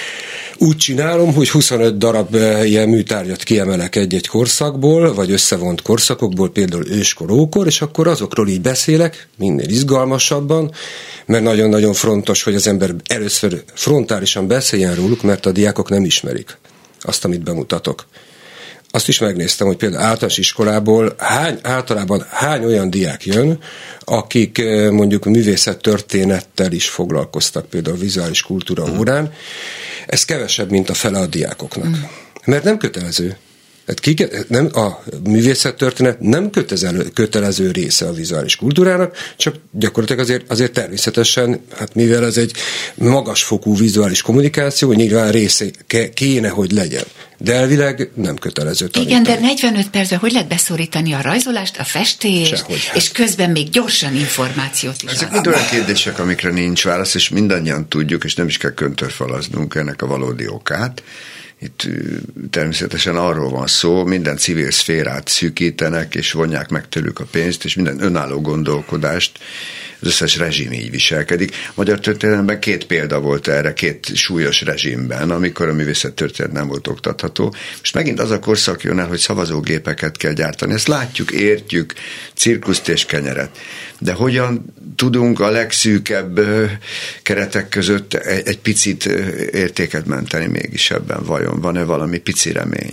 Úgy csinálom, hogy huszonöt darab ilyen műtárgyat kiemelek egy-egy korszakból, vagy összevont korszakokból, például őskor, ókor, és akkor azokról így beszélek, minél izgalmasabban, mert nagyon-nagyon fontos, hogy az ember először frontálisan beszéljen róluk, mert a diákok nem ismerik azt, amit bemutatok. Azt is megnéztem, hogy például általános iskolából hány, általában hány olyan diák jön, akik mondjuk művészettörténettel is foglalkoztak, például a vizuális kultúra órán. Ez kevesebb, mint a fele a diákoknak. Mm. Mert nem kötelező. Tehát ki, nem, a művészettörténet nem kötelező, kötelező része a vizuális kultúrának, csak gyakorlatilag azért, azért természetesen, hát mivel ez egy magasfokú vizuális kommunikáció, nyilván része kéne, hogy legyen. De elvileg nem kötelező tanítani. Igen, de negyvenöt percben hogy lehet beszorítani a rajzolást, a festést, Sehogy, hát. És közben még gyorsan információt is. Ezek mind olyan kérdések, amikre nincs válasz, és mindannyian tudjuk, és nem is kell köntörfalaznunk ennek a valódi okát. Itt természetesen arról van szó, minden civil szférát szűkítenek, és vonják meg tőlük a pénzt, és minden önálló gondolkodást, az összes rezsim így viselkedik. A magyar történelemben két példa volt erre, két súlyos rezsimben, amikor a művészettörténet nem volt oktatható. Most megint az a korszak jön el, hogy szavazógépeket kell gyártani. Ezt látjuk, értjük, cirkuszt és kenyeret. De hogyan tudunk a legszűkebb keretek között egy, egy picit értéket menteni mégis ebben vajon? Van-e valami pici remény?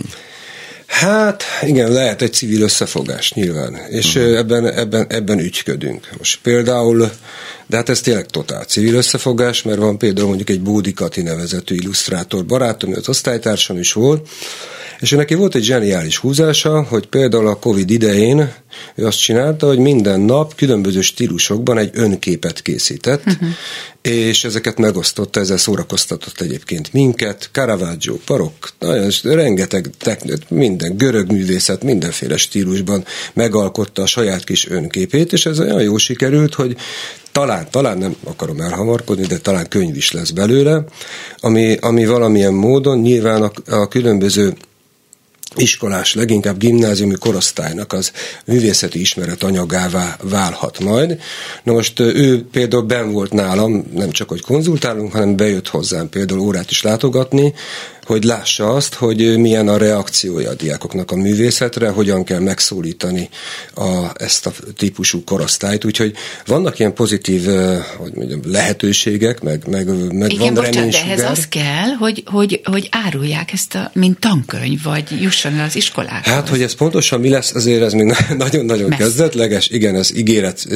Hát igen, lehet egy civil összefogás nyilván, és uh-huh. ebben, ebben, ebben ügyködünk. Most például, de hát ez tényleg totál civil összefogás, mert van például mondjuk egy Bódi Kati nevezetű illusztrátor barátom, az osztálytársam is volt, és neki volt egy zseniális húzása, hogy például a Covid idején ő azt csinálta, hogy minden nap különböző stílusokban egy önképet készített, uh-huh. és ezeket megosztotta, ezzel szórakoztatott egyébként minket, Caravaggio, barokk, nagyon rengeteg technőt, minden görög művészet, mindenféle stílusban megalkotta a saját kis önképét, és ez olyan jó sikerült, hogy talán, talán nem akarom elhamarkodni, de talán könyv is lesz belőle, ami, ami valamilyen módon nyilván a, a különböző iskolás, leginkább gimnáziumi korosztálynak az művészeti ismeret anyagává válhat majd. Na most ő például benn volt nálam, nem csak hogy konzultálunk, hanem bejött hozzám például órát is látogatni, hogy lássa azt, hogy milyen a reakciója a diákoknak a művészetre, hogyan kell megszólítani a, ezt a típusú korosztályt. Úgyhogy vannak ilyen pozitív hogy mondjam, lehetőségek, meg, meg, meg igen, van reménysugár. De ehhez az kell, hogy, hogy, hogy árulják ezt, a, mint tankönyv, vagy jusson el az iskolákhoz. Hát, hogy ez pontosan mi lesz, azért ez még nagyon-nagyon Messz. kezdetleges. Igen, az ígéret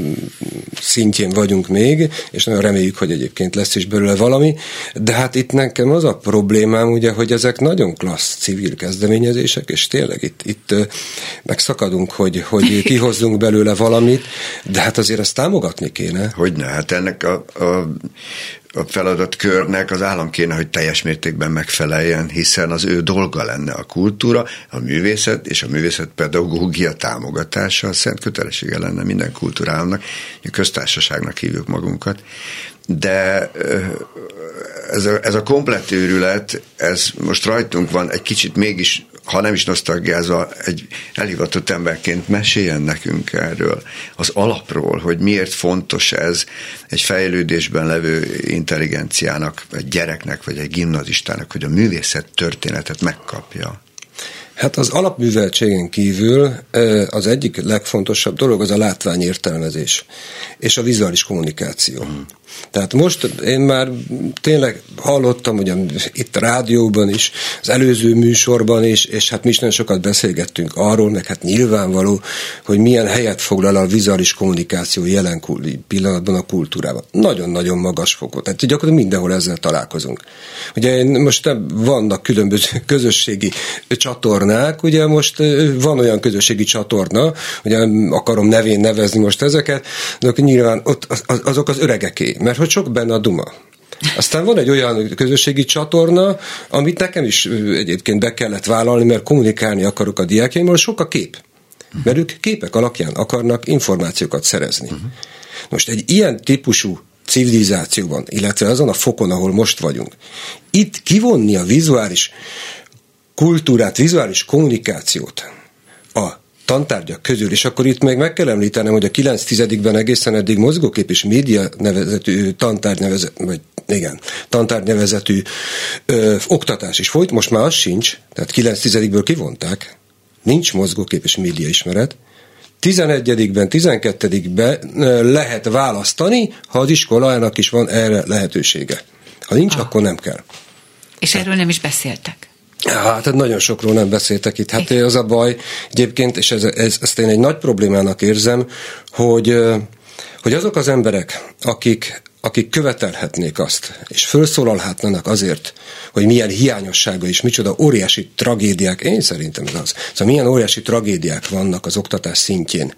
szintjén vagyunk még, és nagyon reméljük, hogy egyébként lesz is belőle valami. De hát itt nekem az a probléma, ugye, hogy ezek nagyon klassz civil kezdeményezések, és tényleg itt, itt megszakadunk, hogy, hogy kihozzunk belőle valamit, de hát azért ezt támogatni kéne. Hogyne, hát ennek a, a a feladatkörnek az állam kéne, hogy teljes mértékben megfeleljen, hiszen az ő dolga lenne a kultúra, a művészet és a művészetpedagógia támogatása, a szent kötelessége lenne minden kultúrának, a köztársaságnak hívjuk magunkat, de ez a, ez a komplett őrület, ez most rajtunk van, egy kicsit mégis, ha nem is nosztalgiázva, egy elhivatott emberként meséljen nekünk erről, az alapról, hogy miért fontos ez egy fejlődésben levő intelligenciának, egy gyereknek, vagy egy gimnazistának, hogy a művészet történetet megkapja. Hát az alapműveltségen kívül az egyik legfontosabb dolog az a látványértelmezés és a vizuális kommunikáció. Hmm. Tehát most én már tényleg hallottam, hogy itt a rádióban is, az előző műsorban is, és hát mi is nagyon sokat beszélgettünk arról, meg hát nyilvánvaló, hogy milyen helyet foglal a vizuális kommunikáció jelen pillanatban a kultúrában. Nagyon-nagyon magas fokot. Tehát gyakorlatilag mindenhol ezzel találkozunk. Ugye most nem vannak különböző közösségi csatornák, ugye most van olyan közösségi csatorna, ugye nem akarom nevén nevezni most ezeket, de nyilván ott azok az öregeké, mert hogy sok benne a duma. Aztán van egy olyan közösségi csatorna, amit nekem is egyébként be kellett vállalni, mert kommunikálni akarok a diákjaimmal, sok a kép. Mert ők képek alapján akarnak információkat szerezni. Most egy ilyen típusú civilizációban, illetve azon a fokon, ahol most vagyunk, itt kivonni a vizuális kultúrát, vizuális kommunikációt a tantárgyak közül, és akkor itt még meg kell említenem, hogy a kilenc tizedikben egészen eddig mozgókép és média nevezetű tantárgy nevezetű, vagy igen, tantárgy nevezetű ö, oktatás is folyt, most már az sincs, tehát kilenc tizedikből kivonták, nincs mozgókép és média ismeret, tizenegyedikben, tizenkettedikben lehet választani, ha az iskolának is van erre lehetősége. Ha nincs, ah. akkor nem kell. És erről nem is beszéltek? Hát nagyon sokról nem beszéltek itt. Hát az a baj egyébként, és ez, ez, ezt én egy nagy problémának érzem, hogy, hogy azok az emberek, akik, akik követelhetnék azt, és felszólalhatnának azért, hogy milyen hiányossága és micsoda óriási tragédiák, én szerintem ez az, szóval milyen óriási tragédiák vannak az oktatás szintjén,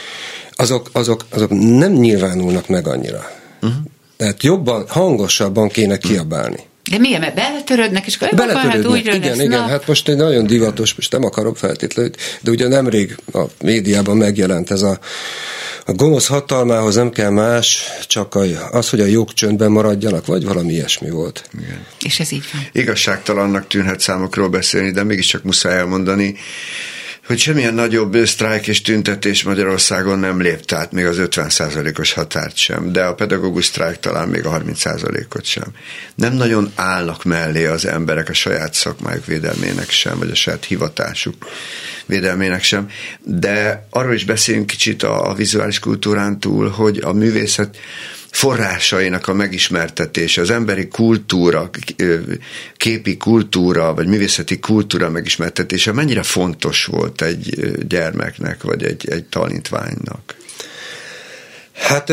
azok, azok, azok nem nyilvánulnak meg annyira. Uh-huh. Tehát jobban, hangosabban kéne kiabálni. De miért? Mert beletörődnek, és akkor hát úgy igen, lesz, igen, na. Hát most egy nagyon divatos, most nem akarom feltétlenül, de ugye nemrég a médiában megjelent ez a, a gonosz hatalmához nem kell más, csak az, hogy a jók csöndben maradjanak, vagy valami ilyesmi volt. Igen. És ez így van. Igazságtalannak tűnhet számokról beszélni, de mégiscsak muszáj elmondani, hogy semmilyen nagyobb sztrájk és tüntetés Magyarországon nem léptt át, még az ötven százalékos határt sem, de a pedagógus sztrájk talán még a harminc százalékot sem. Nem nagyon állnak mellé az emberek a saját szakmájuk védelmének sem, vagy a saját hivatásuk védelmének sem, de arról is beszéljünk kicsit a, a vizuális kultúrán túl, hogy a művészet forrásainak a megismertetése, az emberi kultúra, képi kultúra, vagy művészeti kultúra megismertetése mennyire fontos volt egy gyermeknek, vagy egy, egy tanítványnak? Hát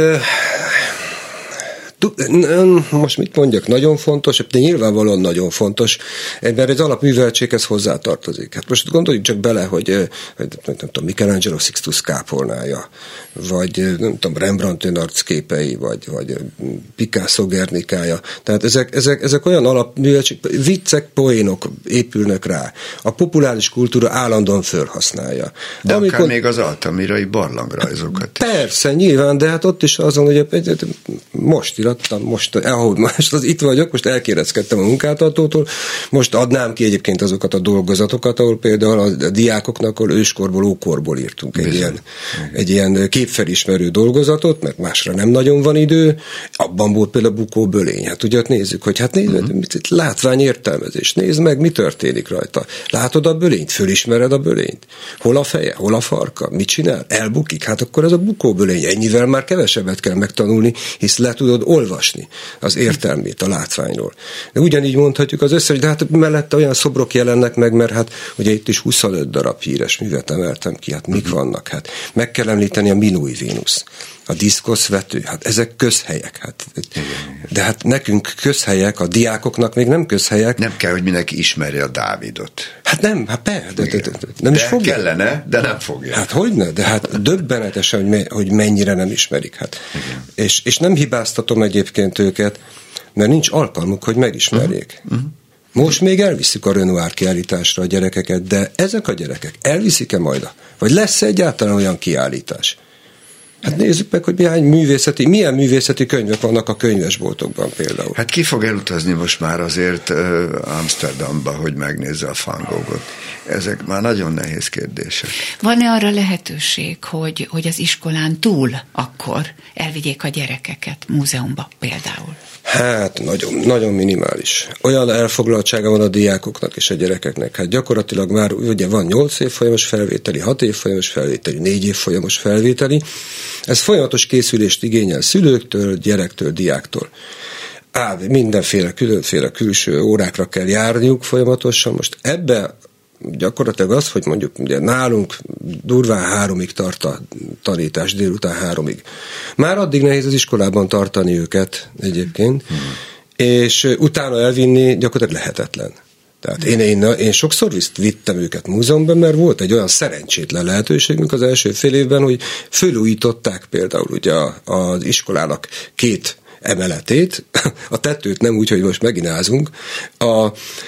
most mit mondjak, nagyon fontos, de nyilvánvalóan nagyon fontos, mert egy alapműveltséghez hozzátartozik. Hát most gondoljuk csak bele, hogy nem tudom, Michelangelo Sixtus kápolnája, vagy nem tudom, Rembrandt önarcképei, vagy, vagy Picasso Guernikája. Tehát ezek, ezek, ezek olyan alapműveltség, viccek, poénok épülnek rá. A populáris kultúra állandóan felhasználja. De amikor, akár még az Altamirai barlangrajzokat. Persze, nyilván, de hát ott is azon, hogy most irattam, most, ahogy most az itt vagyok, most elkéreckedtem a munkáltatótól, most adnám ki egyébként azokat a dolgozatokat, ahol például a diákoknak, ahol őskorból, ókorból írtunk egy ilyen, egy ilyen képfelismerő dolgozatot, mert másra nem nagyon van idő, abban volt például Bukó bölény. Hát ugye nézzük, hogy hát nézd, uh-huh. mit, látványértelmezés, nézd meg, mi történik rajta. Látod a bölényt, fölismered a bölényt. Hol a feje, hol a farka, mit csinál? Elbukik, hát akkor ez a Bukó bölény. Ennyivel már kevesebbet kell megtanulni, hisz le tudod olvasni az értelmét a látványról. De ugyanígy mondhatjuk az összes, de hát mellette olyan szobrok jelennek meg, mert hát ugye itt is huszonöt darab híres művet emeltem ki, hát mik vannak? Hát meg kell említeni a Minui Vénusz, a diszkoszvető, hát ezek közhelyek. Hát, de hát nekünk közhelyek, a diákoknak még nem közhelyek. Nem kell, hogy mindenki ismerje a Dávidot. Hát nem, hát persze. De, de, de, de, nem de is fogja. Kellene, de nem fogja. Hát hogyne, de hát döbbenetesen, hogy, me, hogy mennyire nem ismerik. Hát. És, és nem hibáztatom egyébként őket, mert nincs alkalmuk, hogy megismerjék. Uh-huh. Most még elviszik a Renoir kiállításra a gyerekeket, de ezek a gyerekek elviszik-e majd? Vagy lesz egyáltalán olyan kiállítás? Hát nézzük meg, hogy milyen művészeti, milyen művészeti könyvek vannak a könyvesboltokban például. Hát ki fog elutazni most már azért uh, Amsterdamba, hogy megnézze a Van Goghot? Ezek már nagyon nehéz kérdések. Van-e arra lehetőség, hogy, hogy az iskolán túl akkor elvigyék a gyerekeket múzeumba például? Hát nagyon, nagyon minimális. Olyan elfoglaltsága van a diákoknak és a gyerekeknek. Hát gyakorlatilag már ugye van nyolc évfolyamos felvételi, hat évfolyamos felvételi, négy évfolyamos felvételi. Ez folyamatos készülést igényel szülőktől, gyerektől, diáktól. Á, mindenféle különféle külső órákra kell járniuk folyamatosan. Most ebbe gyakorlatilag az, hogy mondjuk ugye nálunk durván háromig tart a tanítás, délután háromig. Már addig nehéz az iskolában tartani őket egyébként, hmm. és utána elvinni gyakorlatilag lehetetlen. Tehát én, én, én sokszor vittem őket múzeumban, mert volt egy olyan szerencsétlen lehetőségünk az első fél évben, hogy fölújították például ugye az iskolának két emeletét, a tetőt nem úgy, hogy most meginázunk, a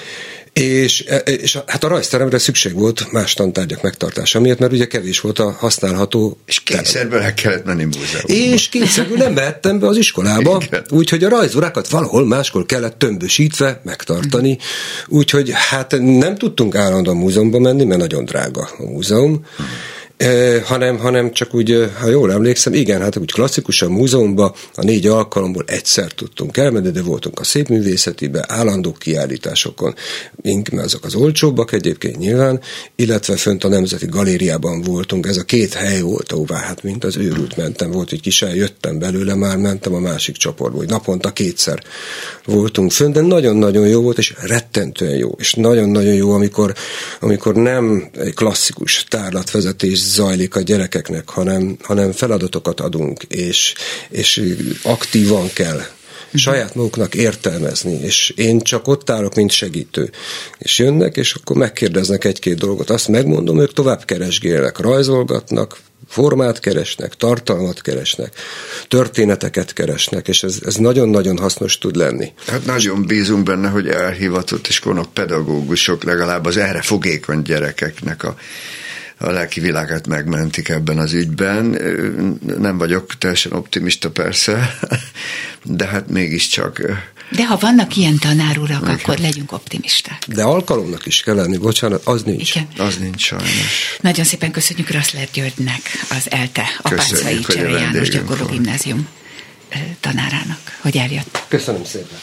És, és hát a rajzteremre szükség volt más tantárgyak megtartása miatt, mert ugye kevés volt a használható. És kényszerből el kellett menni múzeumba. És kényszerből nem mehettem be az iskolába, úgyhogy a rajzórákat valahol máskor kellett tömbösítve megtartani, úgyhogy hát nem tudtunk állandóan múzeumba menni, mert nagyon drága a múzeum, Eh, hanem, hanem csak úgy, ha jól emlékszem, igen, hát úgy klasszikusan múzeumban a négy alkalomból egyszer tudtunk elmenni, de voltunk a szépművészetibe, állandó kiállításokon, mert azok az olcsóbbak egyébként nyilván, illetve fönt a Nemzeti Galériában voltunk, ez a két hely volt, ahová hát mint az őrült mentem, volt, hogy kis eljöttem belőle, már mentem a másik csoportba, hogy naponta kétszer voltunk fönt, de nagyon-nagyon jó volt, és rettentően jó, és nagyon-nagyon jó, amikor, amikor nem egy klasszikus tárlatvezetés zajlik a gyerekeknek, hanem, hanem feladatokat adunk, és, és aktívan kell saját maguknak értelmezni, és én csak ott állok, mint segítő. És jönnek, és akkor megkérdeznek egy-két dolgot, azt megmondom, ők tovább keresgélnek, rajzolgatnak, formát keresnek, tartalmat keresnek, történeteket keresnek, és ez, ez nagyon-nagyon hasznos tud lenni. Hát nagyon bízunk benne, hogy elhivatott iskolnok, pedagógusok legalább az erre fogékony gyerekeknek a a lelki világát megmentik ebben az ügyben. Nem vagyok teljesen optimista persze, de hát mégiscsak. De ha vannak ilyen tanárurak, igen, akkor legyünk optimisták. De alkalomnak is kell lenni, bocsánat, az nincs. Igen. Az nincs sajnos. Nagyon szépen köszönjük Rassler Györgynek, az ELTE, Apáczai Csere János Gyakorló Gimnázium tanárának, hogy eljött. Köszönöm szépen.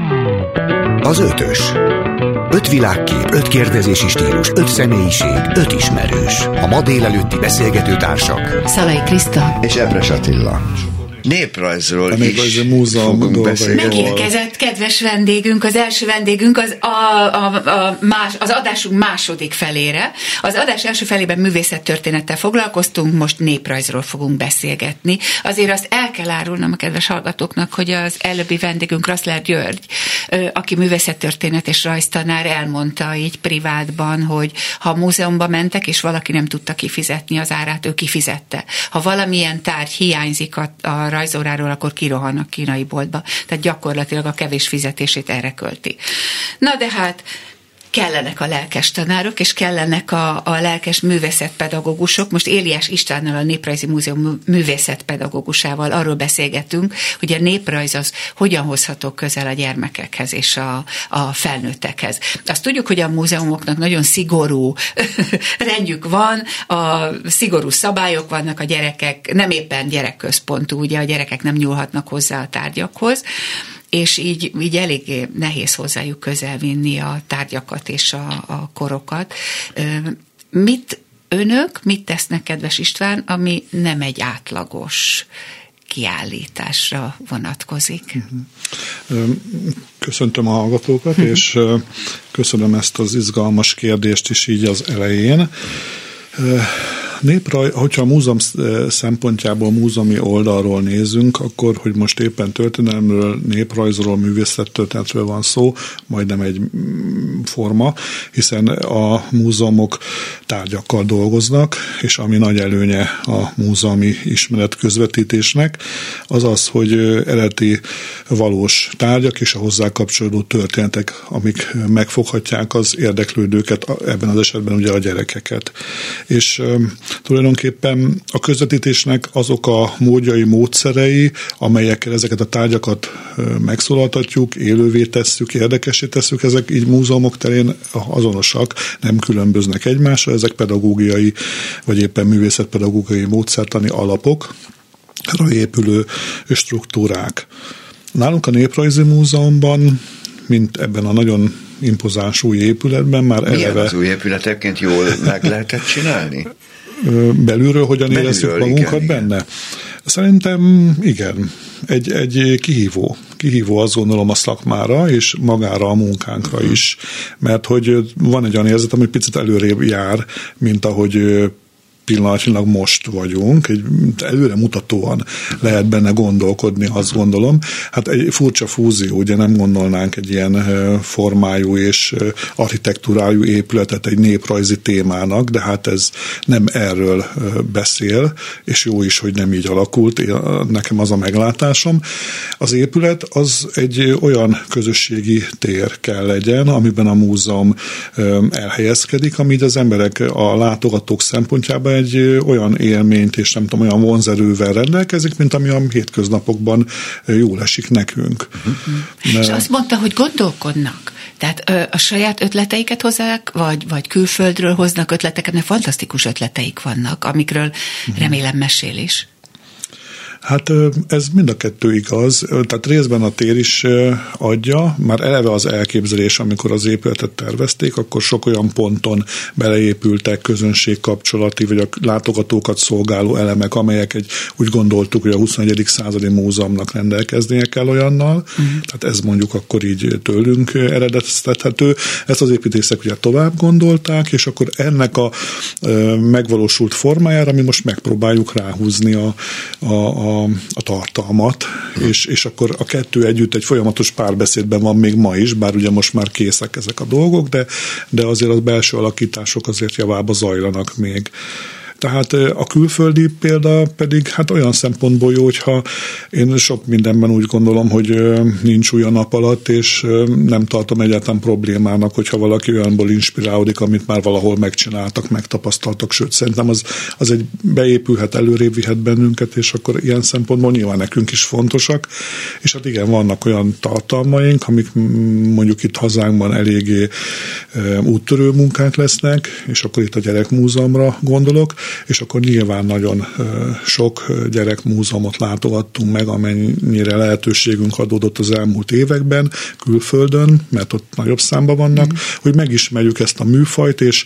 Az ötös. Öt világkép, öt kérdezési stílus, öt személyiség, öt ismerős. A ma délelőtti beszélgető társak Szalai Kriszta és Epres Attila. Néprajzról is fogunk beszélni. Megérkezett kedves vendégünk, az első vendégünk az, a, a, a más, az adásunk második felére. Az adás első felében művészettörténettel foglalkoztunk, most néprajzról fogunk beszélgetni. Azért azt el kell árulnom a kedves hallgatóknak, hogy az előbbi vendégünk Rassler György, aki művészettörténet és rajztanár, elmondta így privátban, hogy ha a múzeumba mentek, és valaki nem tudta kifizetni az árát, ő kifizette. Ha valamilyen tárgy hiányzik a, a rajzóráról, akkor kirohannak kínai boltba. Tehát gyakorlatilag a kevés fizetését erre költi. Na de hát kellenek a lelkes tanárok, és kellenek a, a lelkes művészetpedagógusok. Most Éliás Istvánnal, a Néprajzi Múzeum művészetpedagógusával arról beszélgetünk, hogy a néprajz az hogyan hozható közel a gyermekekhez és a, a felnőttekhez. Azt tudjuk, hogy a múzeumoknak nagyon szigorú rendjük van, a szigorú szabályok vannak, a gyerekek nem éppen gyerekközpontú, ugye a gyerekek nem nyúlhatnak hozzá a tárgyakhoz, és így, így elég nehéz hozzájuk közelvinni a tárgyakat és a, a korokat. Mit önök, mit tesznek, kedves István, ami nem egy átlagos kiállításra vonatkozik? Köszöntöm a hallgatókat, és köszönöm ezt az izgalmas kérdést is így az elején. népraj, hogyha a múzeum szempontjából, múzeumi oldalról nézünk, akkor, hogy most éppen történelemről, néprajzról, művészettörténetről van szó, majdnem egy forma, hiszen a múzeumok tárgyakkal dolgoznak, és ami nagy előnye a múzeumi ismeret közvetítésnek, az az, hogy eredeti valós tárgyak és a hozzá kapcsolódó történetek, amik megfoghatják az érdeklődőket, ebben az esetben ugye a gyerekeket. És e, tulajdonképpen a közvetítésnek azok a módjai, módszerei, amelyekkel ezeket a tárgyakat megszólaltatjuk, élővé tesszük, érdekessé tesszük, ezek így múzeumok terén azonosak, nem különböznek egymásra, ezek pedagógiai, vagy éppen művészetpedagógiai módszertani alapok, épülő struktúrák. Nálunk a Néprajzi Múzeumban, mint ebben a nagyon impozáns új épületben már milyen eleve... az új épületeket jól meg lehetett csinálni? Belülről hogyan érezzük magunkat igen, benne? Igen. Szerintem igen. Egy, egy kihívó. Kihívó azt gondolom a szakmára, és magára a munkánkra uh-huh. is. Mert hogy van egy olyan érzet, ami picit előrébb jár, mint ahogy pillanatnyilag most vagyunk, egy előre mutatóan lehet benne gondolkodni, azt gondolom. Hát egy furcsa fúzió, ugye nem gondolnánk egy ilyen formájú és architektúrájú épületet egy néprajzi témának, de hát ez nem erről beszél, és jó is, hogy nem így alakult, nekem az a meglátásom. Az épület az egy olyan közösségi tér kell legyen, amiben a múzeum elhelyezkedik, ami az emberek, a látogatók szempontjában egy olyan élményt és nem tudom, olyan vonzerővel rendelkezik, mint ami a hétköznapokban jól esik nekünk. Uh-huh. De... És azt mondta, hogy gondolkodnak. Tehát ö, a saját ötleteiket hozzák, vagy, vagy külföldről hoznak ötleteket, mert fantasztikus ötleteik vannak, amikről uh-huh. remélem mesél is. Hát ez mind a kettő igaz, tehát részben a tér is adja, már eleve az elképzelés, amikor az épületet tervezték, akkor sok olyan ponton beleépültek közönségkapcsolati, vagy a látogatókat szolgáló elemek, amelyek egy, úgy gondoltuk, hogy a huszonegyedik századi múzeumnak rendelkeznie kell olyannal, uh-huh. tehát ez mondjuk akkor így tőlünk eredeztethető. Ezt az építészek ugye tovább gondolták, és akkor ennek a megvalósult formájára mi most megpróbáljuk ráhúzni a, a, a A, a tartalmat, hmm. és, és akkor a kettő együtt egy folyamatos párbeszédben van még ma is, bár ugye most már készek ezek a dolgok, de, de azért az belső alakítások azért javába zajlanak még. Tehát a külföldi példa pedig hát olyan szempontból jó, hogyha én sok mindenben úgy gondolom, hogy nincs új a nap alatt, és nem tartom egyáltalán problémának, hogyha valaki olyanból inspirálódik, amit már valahol megcsináltak, megtapasztaltak, sőt, szerintem az, az egy beépülhet, előrébb vihet bennünket, és akkor ilyen szempontból nyilván nekünk is fontosak, és hát igen, vannak olyan tartalmaink, amik mondjuk itt hazánkban eléggé úttörő munkák lesznek, és akkor itt a Gyerekmúzeumra gondolok, és akkor nyilván nagyon sok gyerekmúzeumot látogattunk meg, amennyire lehetőségünk adódott az elmúlt években, külföldön, mert ott nagyobb számban vannak, mm. hogy megismerjük ezt a műfajt, és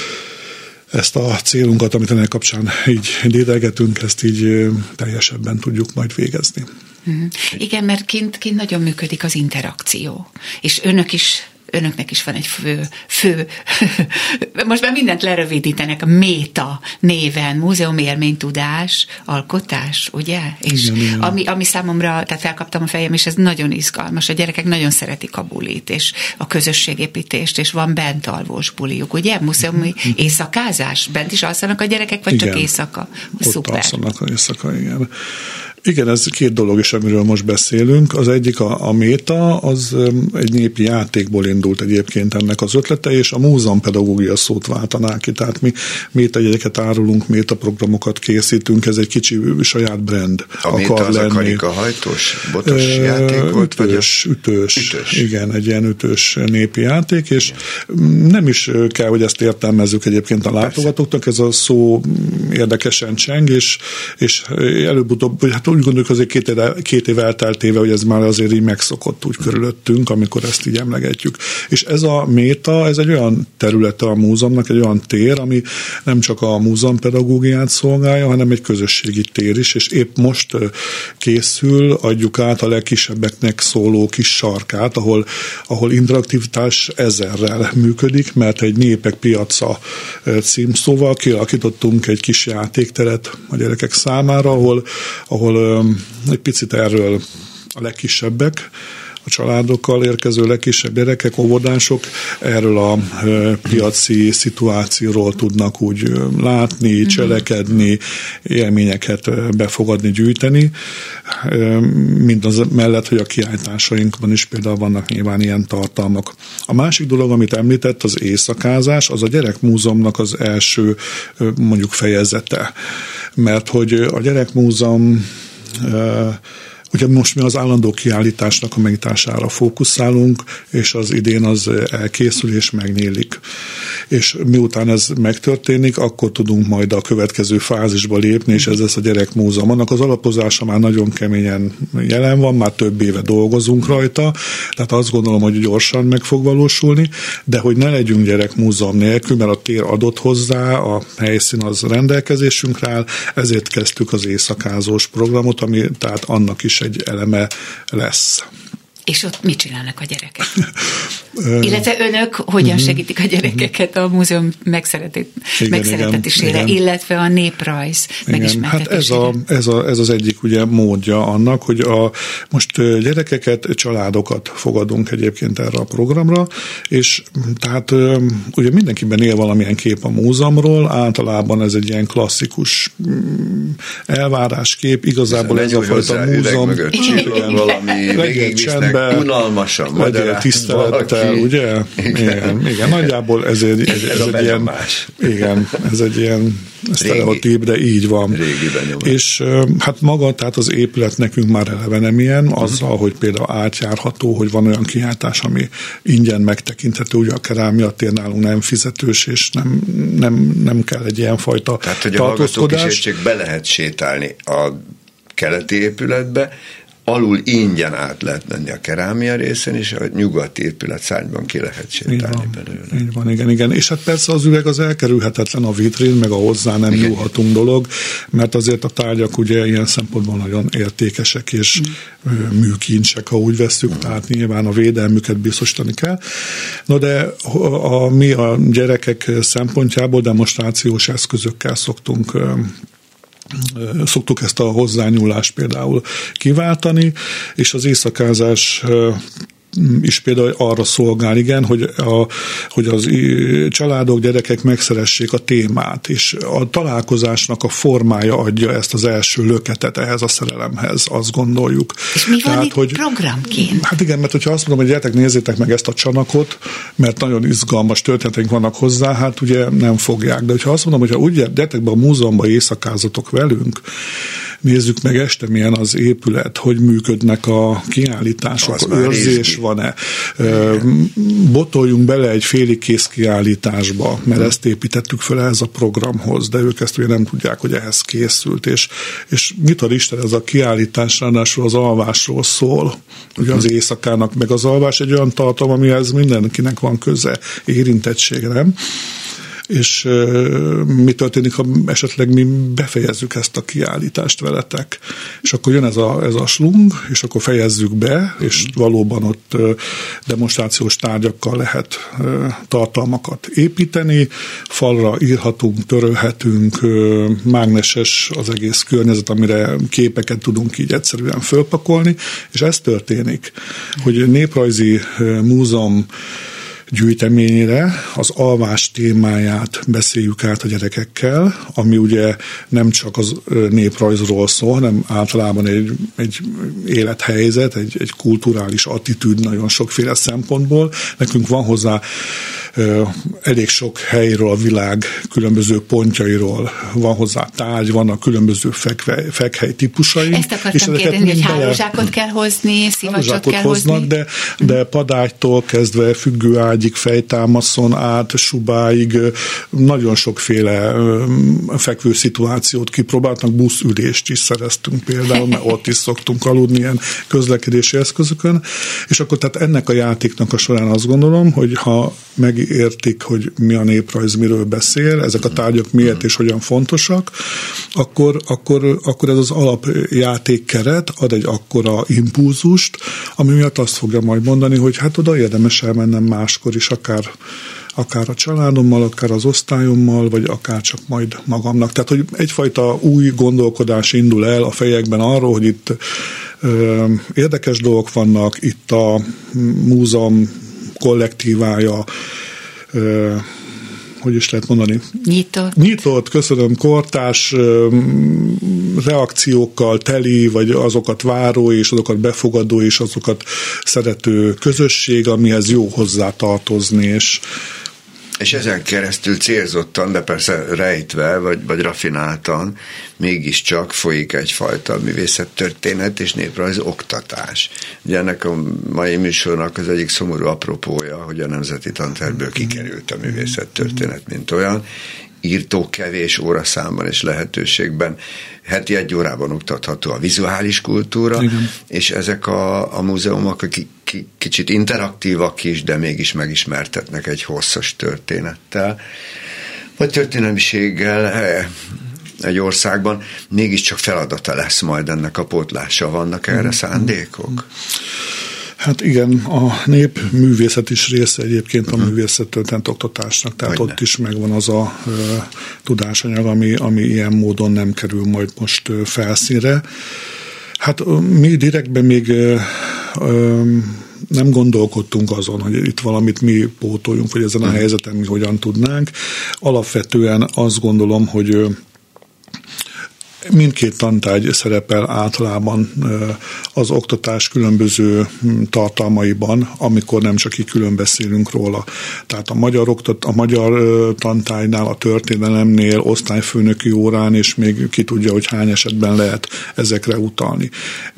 ezt a célunkat, amit ennek kapcsán így dédelgetünk, ezt így teljesebben tudjuk majd végezni. Mm. Igen, mert kint, kint nagyon működik az interakció, és önök is önöknek is van egy fő, fő most már mindent lerövidítenek, a méta néven, múzeum élménytudás, alkotás, ugye? És igen, igen. Ami, ami számomra, tehát felkaptam a fejem, és ez nagyon izgalmas. A gyerekek nagyon szeretik a bulit, és a közösségépítést, és van bent alvós buliuk, ugye? Múzeumi éjszakázás? Bent is alszanak a gyerekek, vagy igen. csak éjszaka? Szuper. Ott alszanak a éjszaka, igen. Igen, ez két dolog is, amiről most beszélünk. Az egyik a, a méta, az egy népi játékból indult egyébként ennek az ötlete, és a múzeumpedagógia szót váltaná ki. Tehát mi métajegyeket árulunk, métaprogramokat készítünk, ez egy kicsi saját brand a akar méta az lenni. A karikahajtós, botos e, játék volt? Ütős, vagy a... ütős, ütős. Igen, egy ilyen ütős népi játék, és igen. nem is kell, hogy ezt értelmezzük egyébként a látogatóknak, ez a szó érdekesen cseng, és, és előbb-utóbb, hát úgy gondoljuk azért két éve, két év elteltéve, hogy ez már azért így megszokott úgy körülöttünk, amikor ezt így emlegetjük. És ez a méta, ez egy olyan területe a múzeumnak, egy olyan tér, ami nem csak a múzeumpedagógiát szolgálja, hanem egy közösségi tér is, és épp most készül, adjuk át a legkisebbeknek szóló kis sarkát, ahol, ahol interaktivitás ezerrel működik, mert egy Népek piaca címszóval kialakítottunk egy kis játékteret a gyerekek számára, ahol, ahol egy picit erről a legkisebbek, a családokkal érkező legkisebb gyerekek, óvodások erről a piaci szituációról tudnak úgy látni, cselekedni, élményeket befogadni, gyűjteni, mindaz mellett, hogy a kiállításainkban is például vannak nyilván ilyen tartalmak. A másik dolog, amit említett, az éjszakázás, az a gyerekmúzeumnak az első mondjuk fejezete, mert hogy a gyerekmúzeum ugye most mi az állandó kiállításnak a megnyitására fókuszálunk, és az idén az elkészül és megnyílik. És miután ez megtörténik, akkor tudunk majd a következő fázisba lépni, és ez lesz a gyerekmúzeum. Annak az alapozása már nagyon keményen jelen van, már több éve dolgozunk rajta, tehát azt gondolom, hogy gyorsan meg fog valósulni, de hogy ne legyünk gyerekmúzeum nélkül, mert a tér adott hozzá, a helyszín az rendelkezésünkre áll, ezért kezdtük az éjszakázós programot, ami tehát annak is egy eleme lesz. És ott mit csinálnak a gyerekek? Illetve önök hogyan segítik a gyerekeket a múzeum megszerettetésére, illetve a néprajz megismertetésére? Hát ez, a, ez, a, ez az egyik ugye módja annak, hogy a, most gyerekeket, családokat fogadunk egyébként erre a programra, és tehát ugye mindenkiben él valamilyen kép a múzeumról, általában ez egy ilyen klasszikus elváráskép, igazából ez, ez a fajta múzeum. Valami unalmasan, magyarán tisztelettel, ugye? Igen. igen, igen, nagyjából ez egy, ez, ez, ez egy ilyen, igen, ez egy ilyen sztereotíp, de így van. És hát maga, tehát az épület nekünk már eleve nem ilyen, azzal, hogy például átjárható, hogy van olyan kiáltás, ami ingyen megtekinthető, ugye a kerámia tér nálunk nem fizetős, és nem, nem, nem kell egy ilyen fajta tehát, hogy a hallgatók is értsék, be lehet sétálni a keleti épületbe, alul ingyen át lehet menni a kerámia részen, és a nyugati épület szárnyban ki lehet sétálni belőle. Így van, igen, igen. És hát persze az üveg az elkerülhetetlen, a vitrin, meg a hozzá nem igen. nyúlhatunk dolog, mert azért a tárgyak ugye ilyen szempontból nagyon értékesek és mm. műkincsek, ha úgy vesszük, mm. tehát nyilván a védelmüket biztosítani kell. No de a, a, mi a gyerekek szempontjából demonstrációs eszközökkel szoktunk szoktuk ezt a hozzányúlást például kiváltani, és az éjszakázás is például arra szolgál, igen, hogy, a, hogy az családok, gyerekek megszeressék a témát, és a találkozásnak a formája adja ezt az első löketet ehhez a szerelemhez, azt gondoljuk. És mi van Tehát, itt hogy, programként? Hát igen, mert hogyha azt mondom, hogy gyertek, nézzétek meg ezt a Csanakot, mert nagyon izgalmas történeteink vannak hozzá, hát ugye nem fogják. De hogyha azt mondom, hogyha úgy gyertek be a múzeumba, éjszakázatok velünk, nézzük meg este milyen az épület, hogy működnek a kiállítások, őrzés van-e. Botoljunk bele egy félig kész kiállításba, mert ezt építettük fel ehhez a programhoz, de ők ezt ugye nem tudják, hogy ehhez készült, és, és mit ad Isten, ez a kiállítás ráadásul az alvásról szól. Ugye az éjszakának meg az alvás egy olyan tartalom, amihez mindenkinek van köze, érintettsége, nem? És uh, mi történik, ha esetleg mi befejezzük ezt a kiállítást veletek. És akkor jön ez a, ez a slung, és akkor fejezzük be, és valóban ott uh, demonstrációs tárgyakkal lehet uh, tartalmakat építeni, falra írhatunk, törölhetünk, uh, mágneses az egész környezet, amire képeket tudunk így egyszerűen fölpakolni, és ez történik, hogy néprajzi uh, múzeum gyűjteményére az alvás témáját beszéljük át a gyerekekkel, ami ugye nem csak az néprajzról szól, hanem általában egy, egy élethelyzet, egy, egy kulturális attitűd nagyon sokféle szempontból. Nekünk van hozzá elég sok helyről, a világ különböző pontjairól van hozzá tárgy, vannak különböző fekve, fekhely típusai. Ezt akartam kérdezni, hogy hálózsákot kell hozni, szivacsot kell hoznak, hozni. De, de padágytól kezdve függőágyig, fejtámaszon át, subáig nagyon sokféle fekvő szituációt kipróbáltak, buszülést is szereztünk például, mert ott is szoktunk aludni ilyen közlekedési eszközökön, és akkor tehát ennek a játéknak a során azt gondolom, hogy ha megértik, hogy mi a néprajz, miről beszél, ezek a tárgyak miért és hogyan fontosak, akkor, akkor, akkor ez az alapjátékkeret ad egy akkora impulzust, ami miatt azt fogja majd mondani, hogy hát oda érdemes elmennem máskor is, akár akár a családommal, akár az osztályommal, vagy akár csak majd magamnak. Tehát, hogy egyfajta új gondolkodás indul el a fejekben arról, hogy itt ö, érdekes dolgok vannak, itt a múzeum kollektívája, ö, hogy is lehet mondani? Nyitott. Nyitott, köszönöm, kortárs ö, reakciókkal teli, vagy azokat váró, és azokat befogadó, és azokat szerető közösség, amihez jó hozzátartozni, és És ezen keresztül célzottan, de persze rejtve, vagy, vagy rafináltan, mégiscsak folyik egyfajta művészettörténet és néprajz oktatás. Ugye ennek a mai műsornak az egyik szomorú apropója, hogy a nemzeti tantervből kikerült a művészettörténet, mint olyan, írtó kevés óraszámban és lehetőségben heti egy órában oktatható a vizuális kultúra, igen. És ezek a, a múzeumok, akik kicsit interaktívak is, de mégis megismertetnek egy hosszas történettel, vagy történelmiséggel egy országban, mégiscsak feladata lesz majd ennek a pótlása. Vannak erre szándékok? Hát igen, a népművészet is része egyébként a művészettörténet oktatásnak, tehát Hogyne. Ott is megvan az a ö, tudásanyag, ami, ami ilyen módon nem kerül majd most ö, felszínre. Hát ö, mi direktben még ö, ö, nem gondolkodtunk azon, hogy itt valamit mi pótoljunk, vagy ezen a helyzeten mi hogyan tudnánk. Alapvetően azt gondolom, hogy ö, mindkét tantárgy szerepel általában az oktatás különböző tartalmaiban, amikor nem csak így külön beszélünk róla. Tehát a magyar, oktat, a magyar tantárgynál, a történelemnél, osztályfőnöki órán, és még ki tudja, hogy hány esetben lehet ezekre utalni.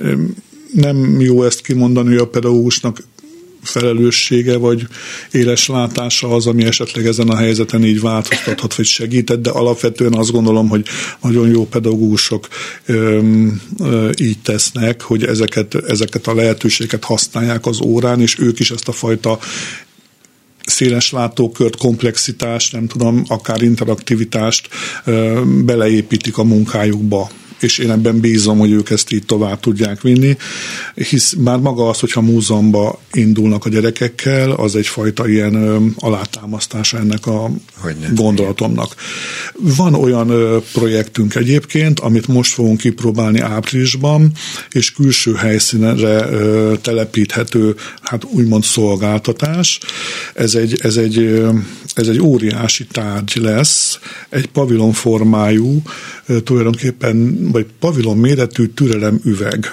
Nem jó ezt kimondani, hogy a pedagógusnak felelőssége vagy éles látása az, ami esetleg ezen a helyzeten így változtathat, vagy segített, de alapvetően azt gondolom, hogy nagyon jó pedagógusok öm, ö, így tesznek, hogy ezeket, ezeket a lehetőségeket használják az órán, és ők is ezt a fajta széles látókört, komplexitást, nem tudom, akár interaktivitást ö, beleépítik a munkájukba. És én ebben bízom, hogy ők ezt így tovább tudják vinni, hisz már maga az, hogyha múzeumba indulnak a gyerekekkel, az egyfajta ilyen ö, alátámasztása ennek a gondolatomnak. Van olyan ö, projektünk egyébként, amit most fogunk kipróbálni áprilisban, és külső helyszínre ö, telepíthető, hát úgymond szolgáltatás. Ez egy, ez egy, ö, ez egy óriási tárgy lesz, egy pavilonformájú, ö, tulajdonképpen vagy pavilon méretű türelemüveg.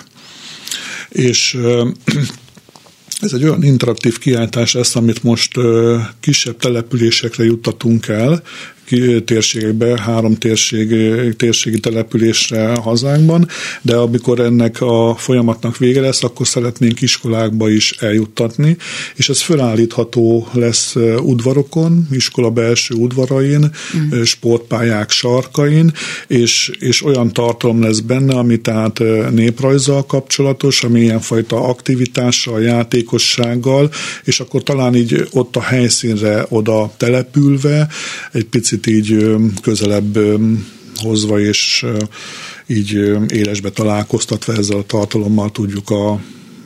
És ez egy olyan interaktív kiállítás lesz, amit most kisebb településekre juttatunk el, térségekbe, három térség, térségi településre hazánkban, de amikor ennek a folyamatnak vége lesz, akkor szeretnénk iskolákba is eljuttatni, és ez felállítható lesz udvarokon, iskola belső udvarain, mm. sportpályák sarkain, és, és olyan tartalom lesz benne, ami tehát néprajzzal kapcsolatos, ami ilyenfajta aktivitással, játékossággal, és akkor talán így ott a helyszínre oda települve, egy picit így közelebb hozva, és így élesbe találkoztatva ezzel a tartalommal tudjuk a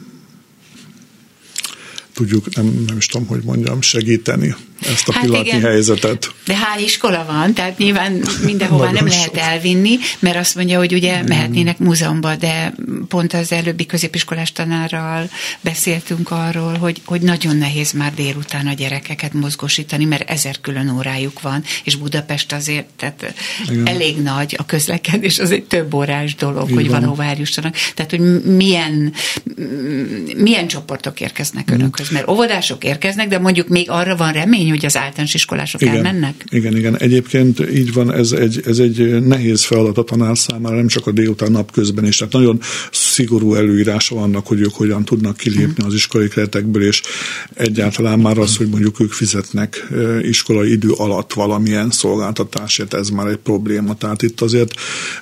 tudjuk, nem, nem is tudom, hogy mondjam, segíteni ezt a hát pillanatnyi igen, helyzetet. De hány iskola van, tehát nyilván mindenhová nem lehet elvinni, mert azt mondja, hogy ugye mehetnének múzeumba, de pont az előbbi középiskolás tanárral beszéltünk arról, hogy, hogy nagyon nehéz már délután a gyerekeket mozgósítani, mert ezer külön órájuk van, és Budapest azért, tehát igen. elég nagy a közlekedés, az egy több órás dolog, így hogy van. Valahová eljussanak. Tehát, hogy milyen, milyen csoportok érkeznek önökhöz, mert óvodások érkeznek, de mondjuk még arra van remény, hogy hogy az általános iskolások igen, elmennek? Igen, igen. Egyébként így van, ez egy, ez egy nehéz feladat a tanár számára, nem csak a délután napközben is. Tehát nagyon szigorú előírása vannak, hogy ők hogyan tudnak kilépni az iskolai keretekből, és egyáltalán már az, hogy mondjuk ők fizetnek iskolai idő alatt valamilyen szolgáltatásért, ez már egy probléma. Tehát itt azért,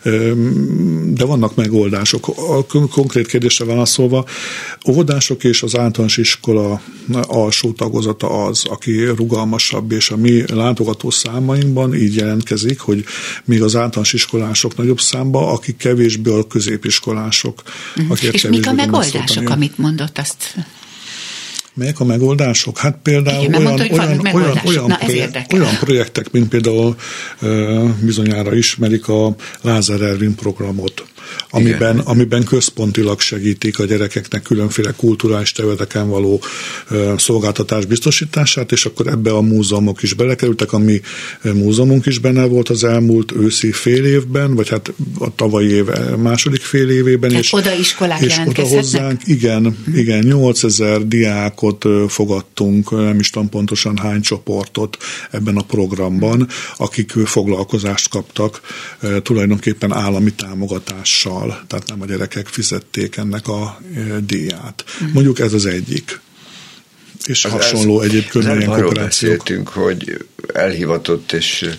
de vannak megoldások. A konkrét kérdésre válaszolva, óvodások és az általános iskola alsó tagozata az, aki rugalmasabb, és a mi látogató számainkban így jelentkezik, hogy még az általános iskolások nagyobb számba, akik kevésbé a középiskolások. Mm. És mik a megoldások, amit mondott azt? Melyek a megoldások? Hát például Igen, olyan, mondta, olyan, olyan, olyan, Na, projekt, olyan projektek, mint például uh, bizonyára ismerik a Lázár Ervin programot, amiben, amiben központilag segítik a gyerekeknek különféle kulturális területeken való uh, szolgáltatás biztosítását, és akkor ebbe a múzeumok is belekerültek, a mi múzeumunk is benne volt az elmúlt őszi fél évben, vagy hát a tavalyi év második fél évében. Tehát és, oda iskolák és oda hozzánk, igen, igen, nyolcezer diákot fogadtunk, nem is tudom pontosan hány csoportot ebben a programban, akik foglalkozást kaptak tulajdonképpen állami támogatással, tehát nem a gyerekek fizették ennek a díját. Mondjuk ez az egyik. És az hasonló ez, egyébként ilyen kooperációk. Beszéltünk, hogy elhivatott és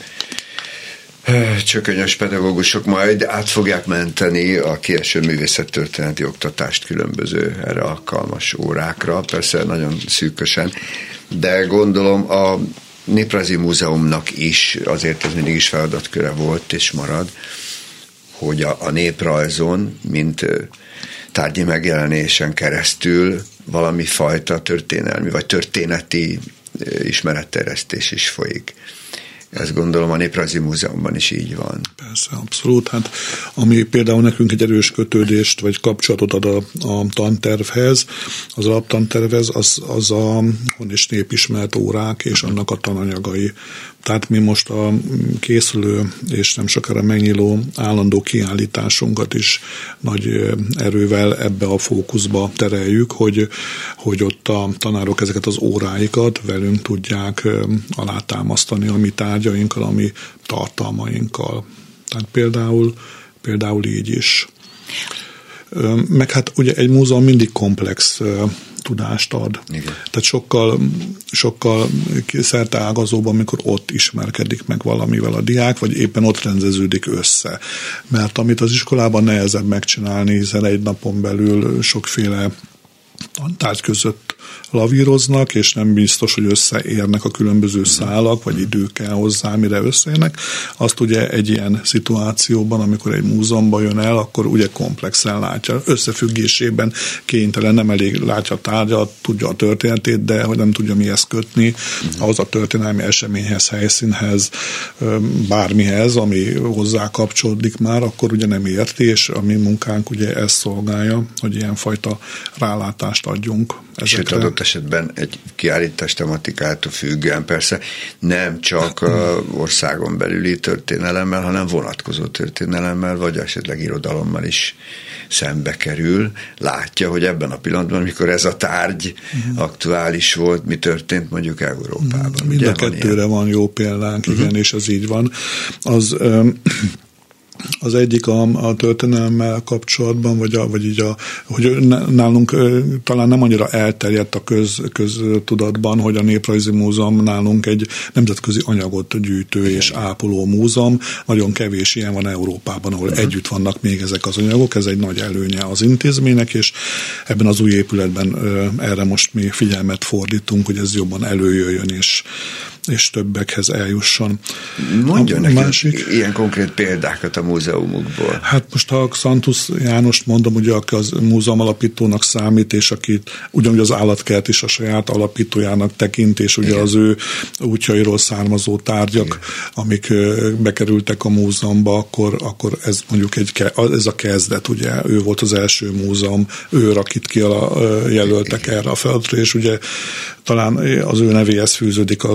csökönyös pedagógusok majd át fogják menteni a kieső művészettörténeti oktatást különböző erre alkalmas órákra, persze nagyon szűkösen, de gondolom a Néprajzi Múzeumnak is, azért ez mindig is feladatköre volt és marad, hogy a, a néprajzon, mint tárgyi megjelenésen keresztül valami fajta történelmi vagy történeti ismeretterjesztés is folyik. Ezt gondolom a Néprajzi Múzeumban is így van. Persze, abszolút. Hát, ami például nekünk egy erős kötődést vagy kapcsolatot ad a, a tantervhez, az alaptantervhez, az, az a is népismeret órák és annak a tananyagai. Tehát mi most a készülő és nem sokára megnyíló állandó kiállításunkat is nagy erővel ebbe a fókuszba tereljük, hogy, hogy ott a tanárok ezeket az óráikat velünk tudják alátámasztani a mi tárgyainkkal, a mi tartalmainkkal. Tehát például, például így is. Meg hát ugye egy múzeum mindig komplex tudást ad. Igen. Tehát sokkal, sokkal szerteágazóban, amikor ott ismerkedik meg valamivel a diák, vagy éppen ott rendeződik össze. Mert amit az iskolában nehezebb megcsinálni, hiszen egy napon belül sokféle tantárgy között lavíroznak, és nem biztos, hogy összeérnek a különböző szálak, vagy idő kell hozzá, mire összeérnek. Azt ugye egy ilyen szituációban, amikor egy múzeumban jön el, akkor ugye komplexen látja. Összefüggésében kénytelen, nem elég látja a tárgyat, tudja a történetét, de hogy nem tudja mihez kötni, ahhoz a történelmi eseményhez, helyszínhez, bármihez, ami hozzá kapcsolódik már, akkor ugye nem érti, és a mi munkánk ugye ezt szolgálja, hogy ilyenfajta rálátást adjunk ezekre. Sőt, adott esetben egy kiállítás tematikától függően persze nem csak a országon belüli történelemmel, hanem vonatkozó történelemmel, vagy esetleg irodalommal is szembe kerül, látja, hogy ebben a pillanatban, amikor ez a tárgy uh-huh. aktuális volt, mi történt mondjuk Európában. Uh-huh. Mind a kettőre van, van jó példánk, uh-huh. igen, és az így van. Az... Um, Az egyik a, a történelemmel kapcsolatban, vagy, a, vagy így a, hogy nálunk talán nem annyira elterjedt a köz, köztudatban, hogy a Néprajzi Múzeum nálunk egy nemzetközi anyagot gyűjtő és ápoló múzeum. Nagyon kevés ilyen van Európában, ahol uh-huh. együtt vannak még ezek az anyagok. Ez egy nagy előnye az intézménynek, és ebben az új épületben erre most mi figyelmet fordítunk, hogy ez jobban előjöjjön, és és többekhez eljusson. Mondjon nekünk másik, ilyen konkrét példákat a múzeumukból. Hát most ha Xantus Jánost mondom, ugye, aki az múzeum alapítónak számít, és akit ugyanúgy az állatkert is a saját alapítójának tekint, és ugye Igen. az ő útjairól származó tárgyak, Igen. amik bekerültek a múzeumba, akkor, akkor ez mondjuk egy, ez a kezdet, ugye, ő volt az első múzeum, ő akit ki jelöltek Igen. erre a feladatra, és ugye talán az ő nevéhez fűződik az a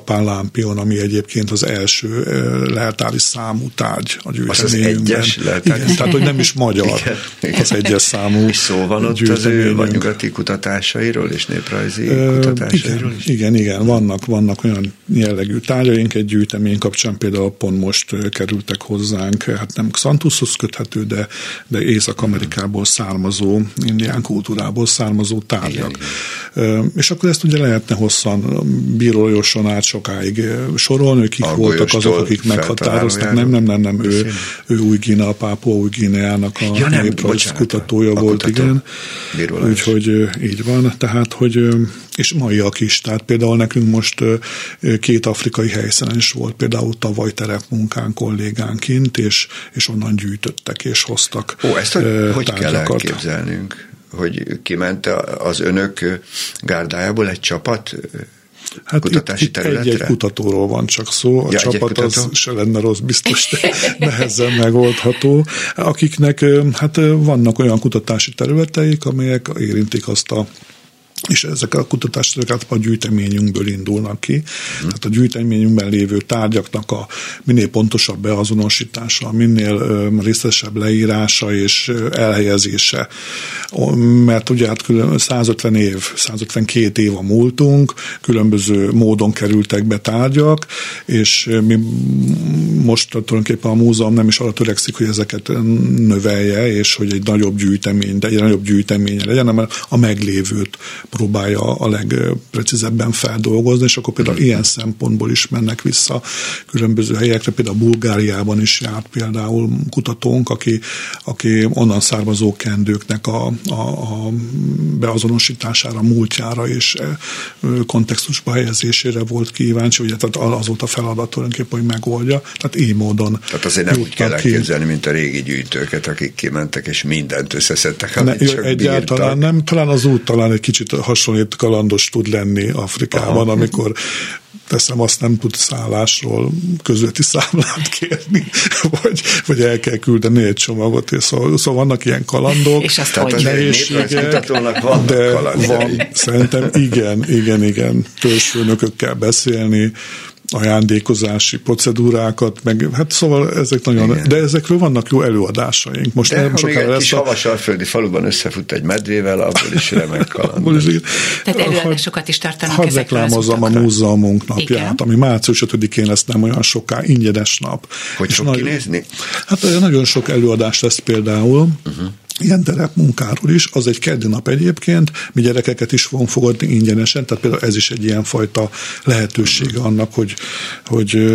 japán lámpion, ami egyébként az első leltári számú tárgy a gyűjteményünkben. Az az egyes leltári? Igen, tehát hogy nem is magyar, igen, igen. Az egyes számú. És szó van ott az ő vagy nyugati kutatásairól és néprajzi uh, kutatásairól igen, is? Igen, igen, vannak, vannak olyan jellegű tárgyaink egy gyűjtemény kapcsán, például pont most kerültek hozzánk, hát nem Xanthushoz köthető, de, de Észak-Amerikából származó, indián kultúrából származó tárgyak. Igen, igen. És akkor ezt ugye lehetne hosszan bírójoson át sokáig sorolni, kik a voltak azok, akik meghatároztak. Nem, nem, nem, nem, ő, ő Új-Guinea, a Pápua Új-Guineának a ja, néprajz kutatója volt, kutató. Igen. Úgyhogy így van, tehát, hogy és maiak is, tehát például nekünk most két afrikai helyszínen is volt, például tavaly terepmunkán kollégánként, és, és onnan gyűjtöttek és hoztak. Ó, ezt hogy, hogy kell elképzelnünk? Hogy kiment az önök gárdájából egy csapat hát kutatási itt, itt területre? egy-egy kutatóról van csak szó, a ja, csapat az se lenne rossz, biztos, de nehezen megoldható, akiknek hát vannak olyan kutatási területeik, amelyek érintik azt a és ezek a kutatások a gyűjteményünkből indulnak ki. Hmm. Tehát a gyűjteményünkben lévő tárgyaknak a minél pontosabb beazonosítása, minél részletesebb leírása és elhelyezése. Mert ugye hát százötven év, százötvenkét év a múltunk, különböző módon kerültek be tárgyak, és mi most tulajdonképpen a múzeum nem is arra törekszik, hogy ezeket növelje, és hogy egy nagyobb gyűjtemény, de egy nagyobb gyűjteménye legyen, hanem a meglévőt próbálja a legprecízebben feldolgozni, és akkor például ilyen szempontból is mennek vissza különböző helyekre, például Bulgáriában is járt például kutatónk, aki, aki onnan származó kendőknek a, a, a beazonosítására, múltjára és kontextusba helyezésére volt kíváncsi, ugye tehát az volt a feladat tulajdonképpen, hogy megoldja, tehát így módon. Tehát azért nem úgy kell elképzelni, mint a régi gyűjtőket, akik kimentek és mindent összeszedtek, amit ne, csak egyáltalán bírtak. Nem, talán az út talán egy kicsit hasonlít, kalandos tud lenni Afrikában, aha, amikor teszem, azt nem tud szállásról közötti számlát kérni, vagy, vagy el kell küldeni egy csomagot, és szóval, szóval vannak ilyen kalandok. És azt hogy nehézségek, de van, szerintem igen, igen, igen, törzsfőnökökkel beszélni, ajándékozási procedúrákat, meg hát szóval ezek nagyon, igen. De ezekről vannak jó előadásaink. Most de nem ha még egy kis a... havasalföldi faluban összefut egy medvével, abból is remek kaland. Tehát előadásokat is tartanak hadd ezekről az reklámozzam a múzeumunk napját, igen. Ami március ötödikén lesz, nem olyan soká, ingyenes nap. Hogy és fog nagy... kinézni? Hát nagyon sok előadás lesz például, uh-huh. ilyen terepmunkáról is, az egy keddi nap egyébként, mi gyerekeket is fogunk fogadni ingyenesen, tehát például ez is egy ilyen fajta lehetősége annak, hogy, hogy,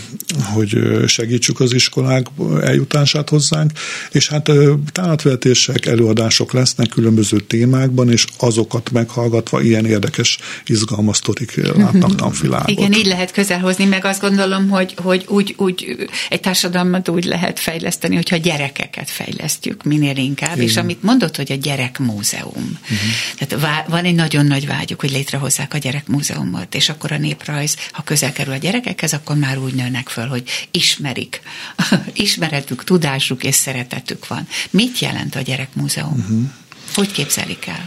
hogy segítsük az iskolák eljutását hozzánk, és hát tánatvetések, előadások lesznek különböző témákban, és azokat meghallgatva ilyen érdekes, izgalmas sztorik látnak tanvilágot. Igen, így lehet közelhozni, meg azt gondolom, hogy, hogy úgy, úgy egy társadalmat úgy lehet fejleszteni, hogyha gyerekeket fejlesztjük minél inkább. Igen. És amit mondott, hogy a gyerekmúzeum. Uh-huh. Tehát van egy nagyon nagy vágyuk, hogy létrehozzák a gyerekmúzeumot, és akkor a néprajz, ha közel kerül a gyerekekhez, akkor már úgy nőnek föl, hogy ismerik. Ismeretük, tudásuk és szeretetük van. Mit jelent a gyerekmúzeum? Uh-huh. Hogy képzelik el?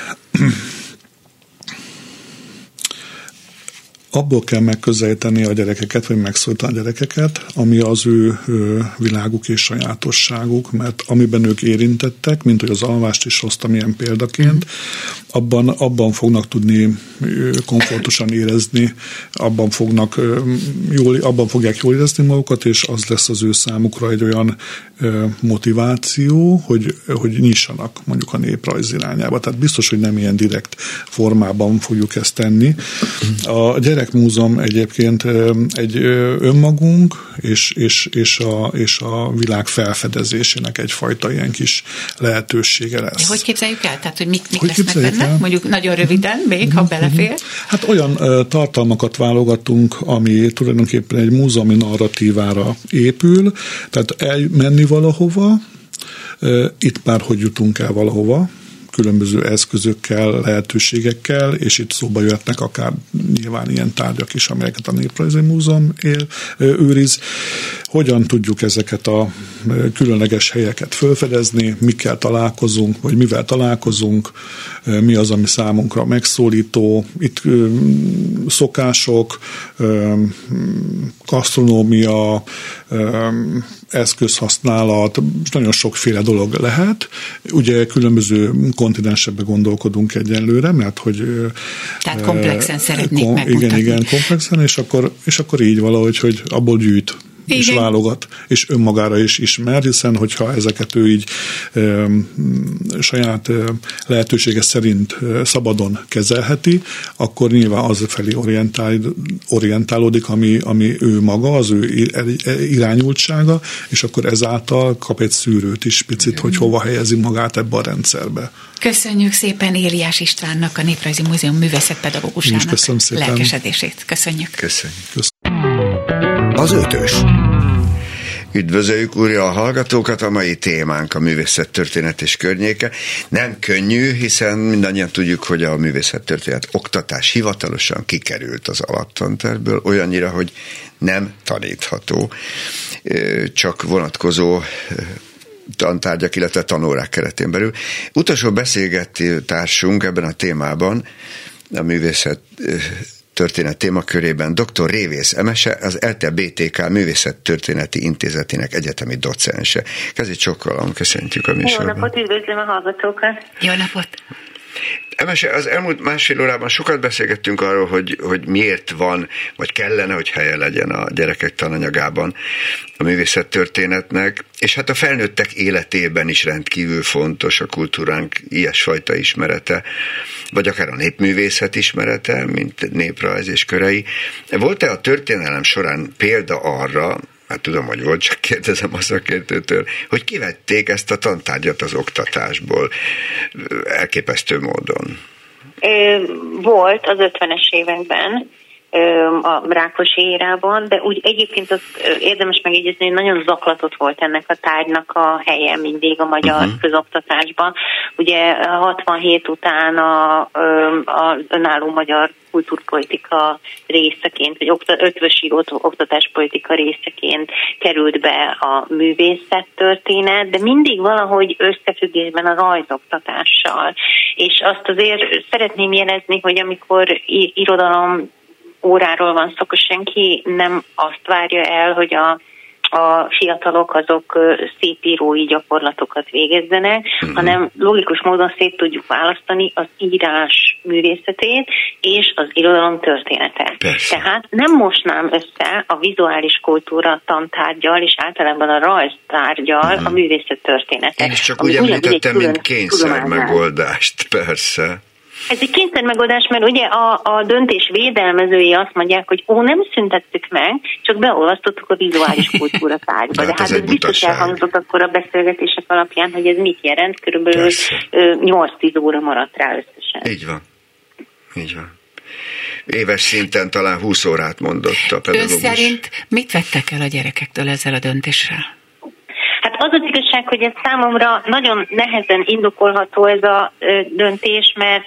Abból kell megközelíteni a gyerekeket, vagy megszólítani a gyerekeket, ami az ő, ő világuk és sajátosságuk, mert amiben ők érintettek, mint hogy az alvást is hoztam ilyen példaként, abban, abban fognak tudni komfortosan érezni, abban, fognak, jól, abban fogják jól érezni magukat, és az lesz az ő számukra egy olyan motiváció, hogy, hogy nyissanak mondjuk a néprajz irányába. Tehát biztos, hogy nem ilyen direkt formában fogjuk ezt tenni. A gyerekmúzeum egyébként egy önmagunk és, és, és, a, és a világ felfedezésének egyfajta ilyen kis lehetősége lesz. Hogy képzeljük el? Tehát, hogy mik, mik hogy lesznek benne? El? Mondjuk nagyon röviden még, ha belefér. Hát olyan uh, tartalmakat válogatunk, ami tulajdonképpen egy múzeumi narratívára épül, tehát elmenni valahova, uh, itt már hogy jutunk el valahova, különböző eszközökkel, lehetőségekkel, és itt szóba jöhetnek akár nyilván ilyen tárgyak is, amelyeket a Néprajzi Múzeum él, őriz. Hogyan tudjuk ezeket a különleges helyeket felfedezni, mikkel találkozunk, vagy mivel találkozunk, mi az, ami számunkra megszólító. Itt szokások, gasztronómia, eszközhasználat, nagyon sokféle dolog lehet. Ugye különböző kontinensekbe gondolkodunk egyenlőre, mert hogy... Tehát komplexen szeretnék kom, megmutatni. Igen, igen, komplexen, és akkor, és akkor így valahogy, hogy abból gyűjt. Igen. És válogat, és önmagára is ismer, hiszen hogyha ezeket ő így e, saját e, lehetősége szerint e, szabadon kezelheti, akkor nyilván az felé orientál, orientálódik, ami, ami ő maga, az ő irányultsága, és akkor ezáltal kap egy szűrőt is picit, igen, hogy hova helyezi magát ebbe a rendszerbe. Köszönjük szépen Éliás Istvánnak, a Néprajzi Múzeum művészetpedagógusának lelkesedését. Köszönjük. Köszönjük. Köszönjük. Az ötös. Üdvözöljük újra a hallgatókat, a mai témánk a művészettörténet és környéke. Nem könnyű, hiszen mindannyian tudjuk, hogy a művészettörténet oktatás hivatalosan kikerült az alaptantervből, olyannyira, hogy nem tanítható, csak vonatkozó tantárgyak, illetve tanórák keretén belül. Utolsó beszélgető társunk ebben a témában, a művészet történet témakörében doktor Révész Emese, az é té bé té ká Művészettörténeti Intézetének egyetemi docense. Kezi csokkolom, köszöntjük a műsorban. Jó napot, üdvözlöm a hallgatókat! Jó napot! Emese, az elmúlt másfél órában sokat beszélgettünk arról, hogy, hogy miért van, vagy kellene, hogy helye legyen a gyerekek tananyagában a művészettörténetnek, és hát a felnőttek életében is rendkívül fontos a kultúránk ilyesfajta ismerete, vagy akár a népművészet ismerete, mint néprajz és körei. Volt-e a történelem során példa arra, hát tudom, hogy volt, csak kérdezem a szakértőtől, hogy kivették ezt a tantárgyat az oktatásból elképesztő módon? Volt az ötvenes években, a Rákosi érában, de úgy egyébként az érdemes megjegyezni, hogy nagyon zaklatott volt ennek a tárgynak a helye mindig a magyar uh-huh. közoktatásban. Ugye hatvanhét után az önálló magyar kultúrpolitika részeként, vagy ötvösíró oktatáspolitika részeként került be a művészettörténet, de mindig valahogy összefüggésben a rajzoktatással. És azt azért szeretném jelezni, hogy amikor irodalom óráról van szó, akkor senki nem azt várja el, hogy a, a fiatalok azok szép írói gyakorlatokat végezzenek, mm-hmm. hanem logikus módon szét tudjuk választani az írás művészetét és az irodalom története. Persze. Tehát nem mosnám össze a vizuális kultúra tantárgyal és általában a rajztárgyal mm-hmm. a művészet történetet. Én is csak úgy említettem, mint kényszer megoldást, persze. Ez egy kényszer megoldás, mert ugye a, a döntés védelmezői azt mondják, hogy ó, nem szüntettük meg, csak beolvasztottuk a vizuális kultúra tárgyba. De, De hát ez, ez biztos elhangzott akkor a beszélgetések alapján, hogy ez mit jelent, körülbelül nyolc-tíz óra maradt rá összesen. Így van. Így van. Éves szinten talán húsz órát mondott a pedagógus. Ön szerint mit vettek el a gyerekektől ezzel a döntéssel? Hát az az igazság, hogy ez számomra nagyon nehezen indokolható ez a döntés, mert,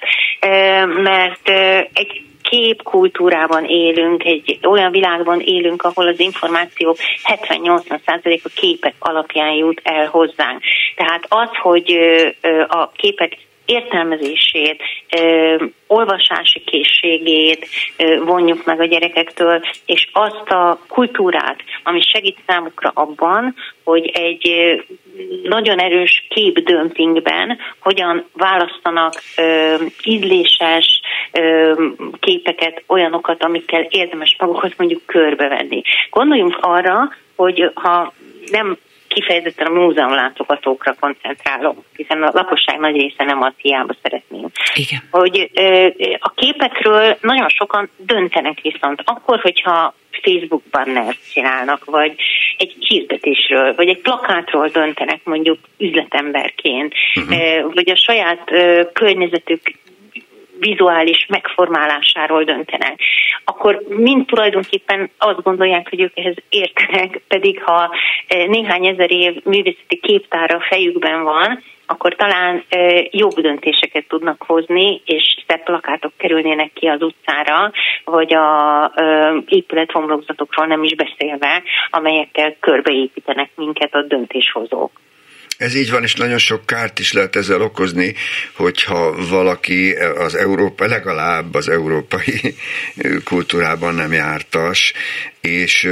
mert egy képkultúrában élünk, egy olyan világban élünk, ahol az információ hetven-nyolcvan százalék a képek alapján jut el hozzánk. Tehát az, hogy a képek értelmezését, ö, olvasási készségét ö, vonjuk meg a gyerekektől, és azt a kultúrát, ami segít számukra abban, hogy egy ö, nagyon erős képdömpingben hogyan választanak ö, ízléses ö, képeket, olyanokat, amikkel érdemes magukat mondjuk körbevenni. Gondoljunk arra, hogy ha nem kifejezetten a múzeumlátogatókra koncentrálok, hiszen a lakosság nagy része nem az, hiába szeretném. Igen. Hogy ö, a képekről nagyon sokan döntenek viszont akkor, hogyha Facebook bannert csinálnak, vagy egy hirdetésről, vagy egy plakátról döntenek mondjuk üzletemberként, uh-huh. vagy a saját ö, környezetük vizuális megformálásáról döntenek, akkor mind tulajdonképpen azt gondolják, hogy ők ehhez értenek, pedig ha néhány ezer év művészeti képtára a fejükben van, akkor talán jobb döntéseket tudnak hozni, és szebb plakátok kerülnének ki az utcára, vagy a épülethomlokzatokról nem is beszélve, amelyekkel körbeépítenek minket a döntéshozók. Ez így van, és nagyon sok kárt is lehet ezzel okozni, hogyha valaki az Európa, legalább az európai kultúrában nem jártas, és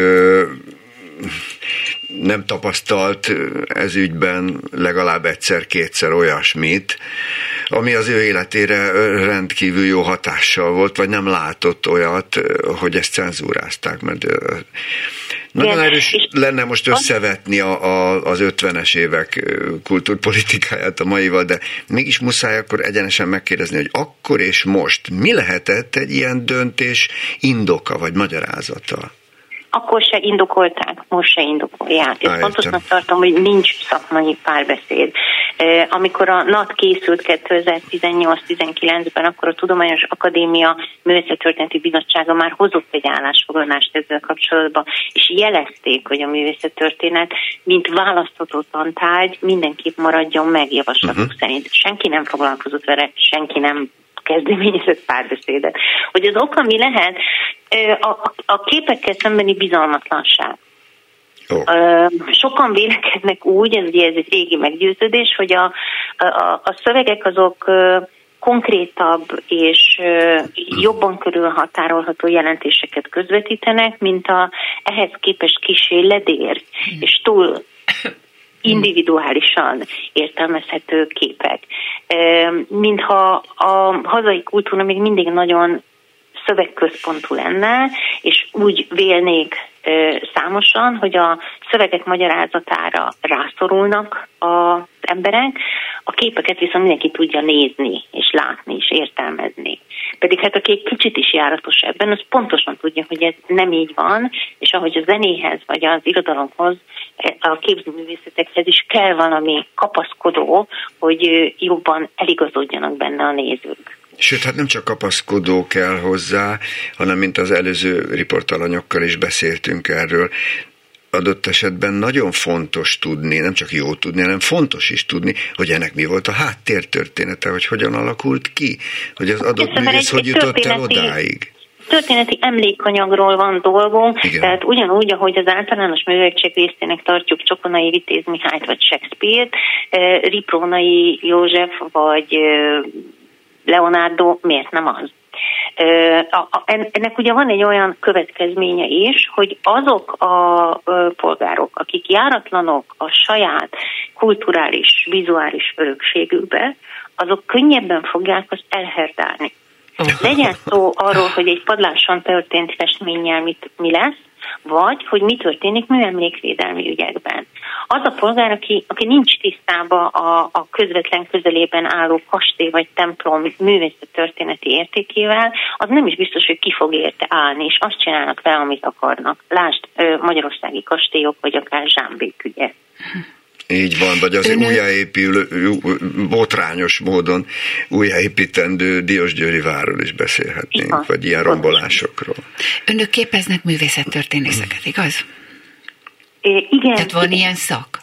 nem tapasztalt ez ügyben legalább egyszer-kétszer olyasmit, ami az ő életére rendkívül jó hatással volt, vagy nem látott olyat, hogy ezt cenzúrázták, mert nagyon erős lenne most összevetni a, a, az ötvenes évek kultúrpolitikáját a maival, de mégis muszáj akkor egyenesen megkérdezni, hogy akkor és most mi lehetett egy ilyen döntés indoka vagy magyarázata? Akkor se indokolták, most se indokolják. És fontosnak tartom, hogy nincs szakmai párbeszéd. Amikor a NAT készült kétezer-tizennyolc-tizenkilencben, akkor a Tudományos Akadémia Művészettörténeti Bizottsága már hozott egy állásfoglalást ezzel kapcsolatban, és jelezték, hogy a művészettörténet, mint választható tantárgy, mindenképp maradjon meg javaslatok uh-huh. szerint. Senki nem foglalkozott vele, senki nem kezdeményezett párbeszédet. Hogy az oka mi lehet? A, a, a képekkel szembeni bizalmatlanság. Oh. Sokan vélekednek úgy, ez, ez egy régi meggyőződés, hogy a, a, a szövegek azok konkrétabb és jobban körülhatárolható jelentéseket közvetítenek, mint a ehhez képest kissé ledér és túl individuálisan értelmezhető képek. Mintha a hazai kultúra még mindig nagyon szövegközpontú lenne, és úgy vélnék számosan, hogy a szövegek magyarázatára rászorulnak az emberek, a képeket viszont mindenki tudja nézni, és látni, és értelmezni. Pedig hát aki egy kicsit is járatos ebben, az pontosan tudja, hogy ez nem így van, és ahogy a zenéhez, vagy az irodalomhoz, a képzőművészetekhez is kell valami kapaszkodó, hogy jobban eligazodjanak benne a nézők. Sőt, hát nem csak kapaszkodó kell hozzá, hanem mint az előző riportalanyokkal is beszéltünk erről, adott esetben nagyon fontos tudni, nem csak jó tudni, hanem fontos is tudni, hogy ennek mi volt a háttértörténete, hogy hogyan alakult ki, hogy az adott Köszönöm, művész hogy jutott el odáig. Történeti emlékanyagról van dolgunk, igen. Tehát ugyanúgy, ahogy az általános műveltség részének tartjuk Csokonai Vitéz Mihályt vagy Shakespeare-t, Riprónai József vagy Leonardo miért nem az? Ennek ugye van egy olyan következménye is, hogy azok a polgárok, akik járatlanok a saját kulturális, vizuális örökségükbe, azok könnyebben fogják azt elherdálni. Legyen szó arról, hogy egy padláson történt festménnyel mit, mi lesz, vagy hogy mi történik műemlékvédelmi ügyekben. Az a polgár, aki, aki nincs tisztában a, a közvetlen közelében álló kastély vagy templom művészettörténeti értékével, az nem is biztos, hogy ki fog érte állni, és azt csinálnak vele, amit akarnak. Lásd, magyarországi kastélyok, vagy akár Zsámbék ügye. Így van, vagy az újjáépülő, botrányos módon újjáépítendő Diósgyőri várról is beszélhetnénk, igen, vagy ilyen rombolásokról. Önök képeznek művészettörténészeket, igaz? É, igen. Tehát van igen. ilyen szak?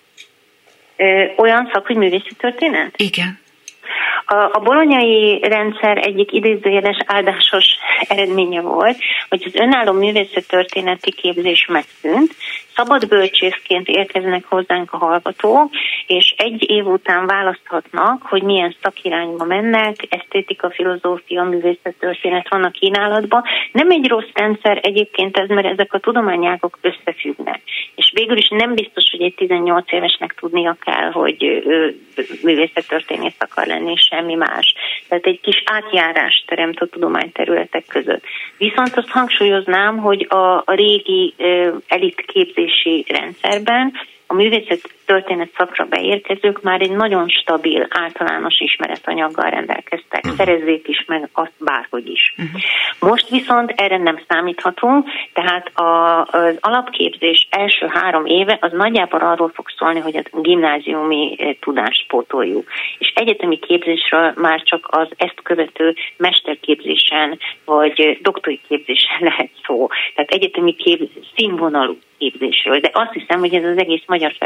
Ö, olyan szak, hogy művészettörténet? Igen. A, a bolonyai rendszer egyik idézőjeles áldásos eredménye volt, hogy az önálló művészettörténeti képzés megszűnt, szabad bölcsészként érkeznek hozzánk a hallgatók, és egy év után választhatnak, hogy milyen szakirányba mennek, esztétika, filozófia, művészettörténet van a kínálatban. Nem egy rossz rendszer egyébként ez, mert ezek a tudományágok összefüggnek. És végül is nem biztos, hogy egy tizennyolc évesnek tudnia kell, hogy ő művészettörténész akar lenni, és semmi más. Tehát egy kis átjárást teremt a tudományterületek között. Viszont azt hangsúlyoznám, hogy a, a régi elit képzési rendszerben a művészet történet szakra beérkezők már egy nagyon stabil, általános ismeretanyaggal rendelkeztek. Uh-huh. Szerezzék is meg azt bárhogy is. Uh-huh. Most viszont erre nem számíthatunk, tehát a, az alapképzés első három éve az nagyjából arról fog szólni, hogy a gimnáziumi tudást pótoljuk. És egyetemi képzésről már csak az ezt követő mesterképzésen vagy doktori képzésen lehet szó. Tehát egyetemi képzés színvonalú képzésről. De azt hiszem, hogy ez az egész magyar felsőoktatás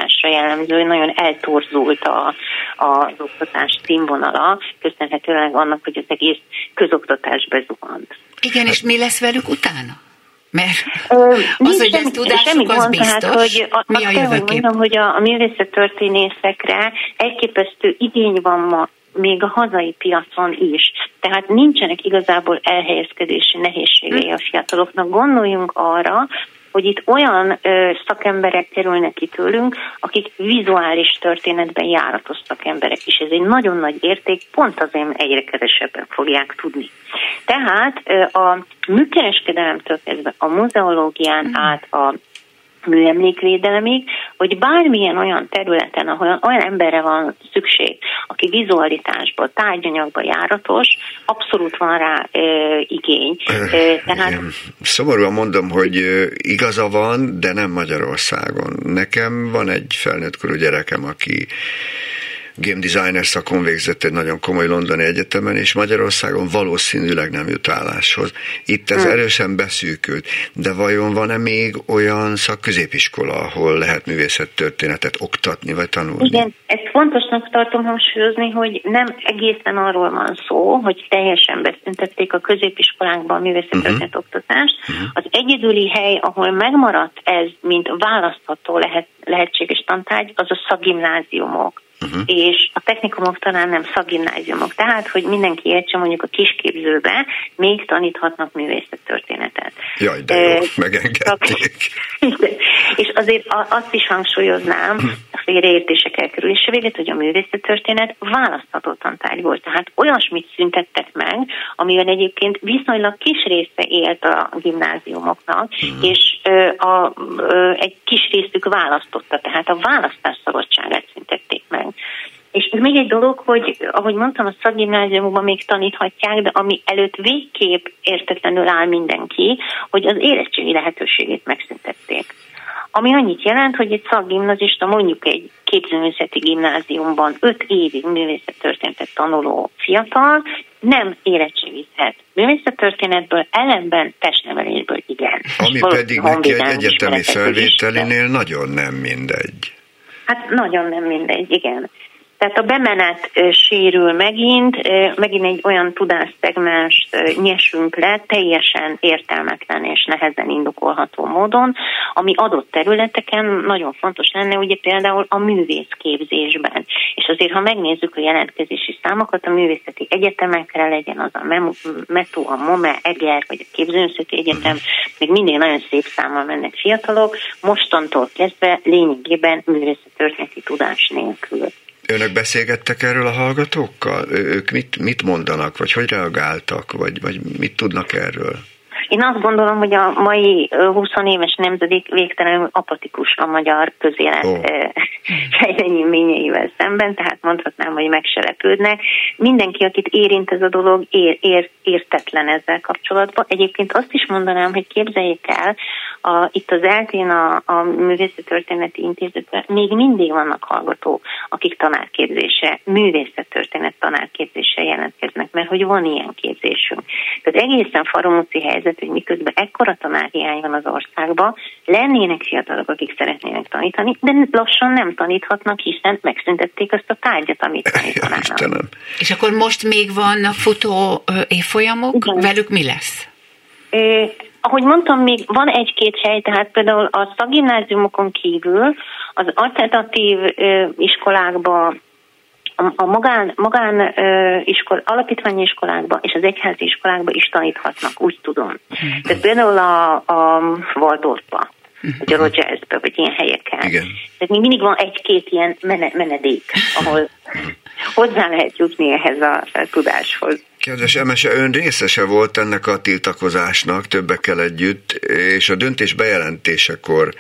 oktatásra jellemző, hogy nagyon eltorzult a, az oktatás színvonala, köszönhetőleg annak, hogy az egész közoktatás bezuhant. Igen, és mi lesz velük utána? Mert Ö, az, hogy ez tudásuk, az biztos. Tehát, hogy a, mi a jövőkép? Mondom, hogy a, a művészettörténészekre elképesztő igény van ma, még a hazai piacon is. Tehát nincsenek igazából elhelyezkedési nehézségei a fiataloknak. Gondoljunk arra, hogy itt olyan ö, szakemberek kerülnek ki tőlünk, akik vizuális történetben járatos szakemberek, és ez egy nagyon nagy érték, pont azért egyre kevesebben fogják tudni. Tehát ö, a műkereskedelemtől kezdve a muzeológián mm. át a műemlékvédelemig, hogy bármilyen olyan területen, ahol olyan emberre van szükség, aki vizualitásban, tárgyanyagban járatos, abszolút van rá e, igény. E, tehát... Szomorúan mondom, hogy igaza van, de nem Magyarországon. Nekem van egy felnőttkorú gyerekem, aki game designer szakon végzett egy nagyon komoly londoni egyetemen, és Magyarországon valószínűleg nem jut álláshoz. Itt ez hmm. erősen beszűkült, de vajon van-e még olyan szakközépiskola, ahol lehet művészettörténetet oktatni, vagy tanulni? Igen, ezt fontosnak tartom hangsúlyozni, hogy nem egészen arról van szó, hogy teljesen beszüntették a középiskolákban a művészettörténet uh-huh. oktatást. Uh-huh. Az egyedüli hely, ahol megmaradt ez, mint választható lehet, lehetséges tantárgy, az a szakgimnáziumok. Uh-huh. És a technikumok talán nem szakgimnáziumok. Tehát, hogy mindenki értse, mondjuk a kisképzőbe még taníthatnak művészettörténetet. Jaj, de jó, uh, megengedték. És azért azt is hangsúlyoznám, a félreértések elkerülése véget, hogy a művészettörténet választható tantárgy volt. Tehát olyasmit szüntettek meg, amivel egyébként viszonylag kis része élt a gimnáziumoknak, uh-huh. és uh, a, uh, egy kis részük választotta, tehát a választás szabadságát szüntették meg. És még egy dolog, hogy ahogy mondtam, a szakgimnáziumokban még taníthatják, de ami előtt végképp értetlenül áll mindenki, hogy az érettségi lehetőségét megszüntették. Ami annyit jelent, hogy egy szakgimnazista mondjuk egy képzőművészeti gimnáziumban öt évig művészettörténetet tanuló fiatal nem érettségizhet művészettörténetből, ellenben testnevelésből igen. Ami pedig neki egy egyetemi felvételinél nagyon nem mindegy. Hát nagyon nem mindegy, igen. Tehát a bemenet sérül megint, megint egy olyan tudásszegmenst nyesünk le, teljesen értelmetlen és nehezen indokolható módon, ami adott területeken nagyon fontos lenne, ugye például a művészképzésben. És azért, ha megnézzük a jelentkezési számokat, a művészeti egyetemekre, legyen az a METO, a MOME, EGER, vagy a Képzőművészeti Egyetem, még mindig nagyon szép számmal mennek fiatalok, mostantól kezdve lényegében művészettörténeti tudás nélkül. Önök beszélgettek erről a hallgatókkal? Ők mit, mit mondanak, vagy hogy reagáltak, vagy, vagy mit tudnak erről? Én azt gondolom, hogy a mai húsz éves nemzedék végtelenül apatikus a magyar közélet oh. fejleményeivel szemben, tehát mondhatnám, hogy meg se lepődnek. Mindenki, akit érint ez a dolog, ér, ér, értetlen ezzel kapcsolatban. Egyébként azt is mondanám, hogy képzeljék el, a, itt az eltén a, a Művészettörténeti Intézetben még mindig vannak hallgatók, akik tanárképzésre, művészettörténet tanárképzésre jelentkeznek, mert hogy van ilyen képzésünk. Tehát egészen faramúci helyzet, hogy miközben ekkora tanárhiány van az országban, lennének fiatalok, akik szeretnének tanítani, de lassan nem taníthatnak, hiszen megszüntették azt a tárgyat, amit tanítanának. És akkor most még vannak futó évfolyamok, igen. Velük mi lesz? É, ahogy mondtam, még van egy-két hely, tehát például a szakgimnáziumokon kívül az alternatív ö, iskolákban, a, a magán, magán ö, iskol, alapítványi iskolákban és az egyházi iskolákban is taníthatnak, úgy tudom. Tehát például a, a Waldorfba, vagy a Rogersbe, vagy ilyen helyeken. Igen. Tehát még mindig van egy-két ilyen menedék, ahol hozzá lehet jutni ehhez a, a tudáshoz. Kedves Emese, ön részese volt ennek a tiltakozásnak többekkel együtt, és a döntés bejelentésekor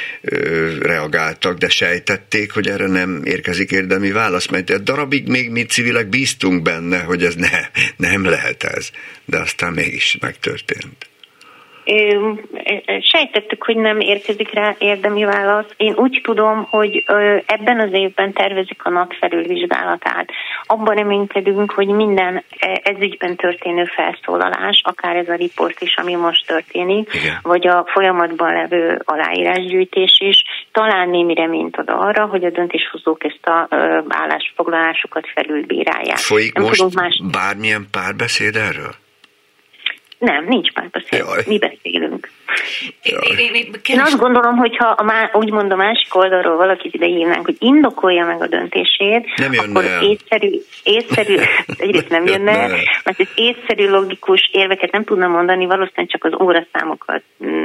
ö, reagáltak, de sejtették, hogy erre nem érkezik érdemi válasz, mert egy darabig még mi civilek bíztunk benne, hogy ez ne, nem lehet ez, de aztán mégis megtörtént. Sejtettük, hogy nem érkezik rá érdemi válasz. Én úgy tudom, hogy ebben az évben tervezik a NAT felülvizsgálatát. Abban reménykedünk, hogy minden ezügyben történő felszólalás, akár ez a riport is, ami most történik, igen, vagy a folyamatban levő aláírásgyűjtés is, talán némi reményt ad arra, hogy a döntéshozók ezt a állásfoglalásukat felülbírálják. Folyik nem most más... bármilyen párbeszéd erről? Nem, nincs párbeszéd. Mi beszélünk. Én, én, én, én azt gondolom, hogyha a má, úgymond a másik oldalról valakit ide hívnánk, hogy indokolja meg a döntését, akkor el. észszerű, észszerű egyrészt nem jönne, el, mert ez észszerű, logikus érveket nem tudna mondani, valószínűleg csak az óraszámokat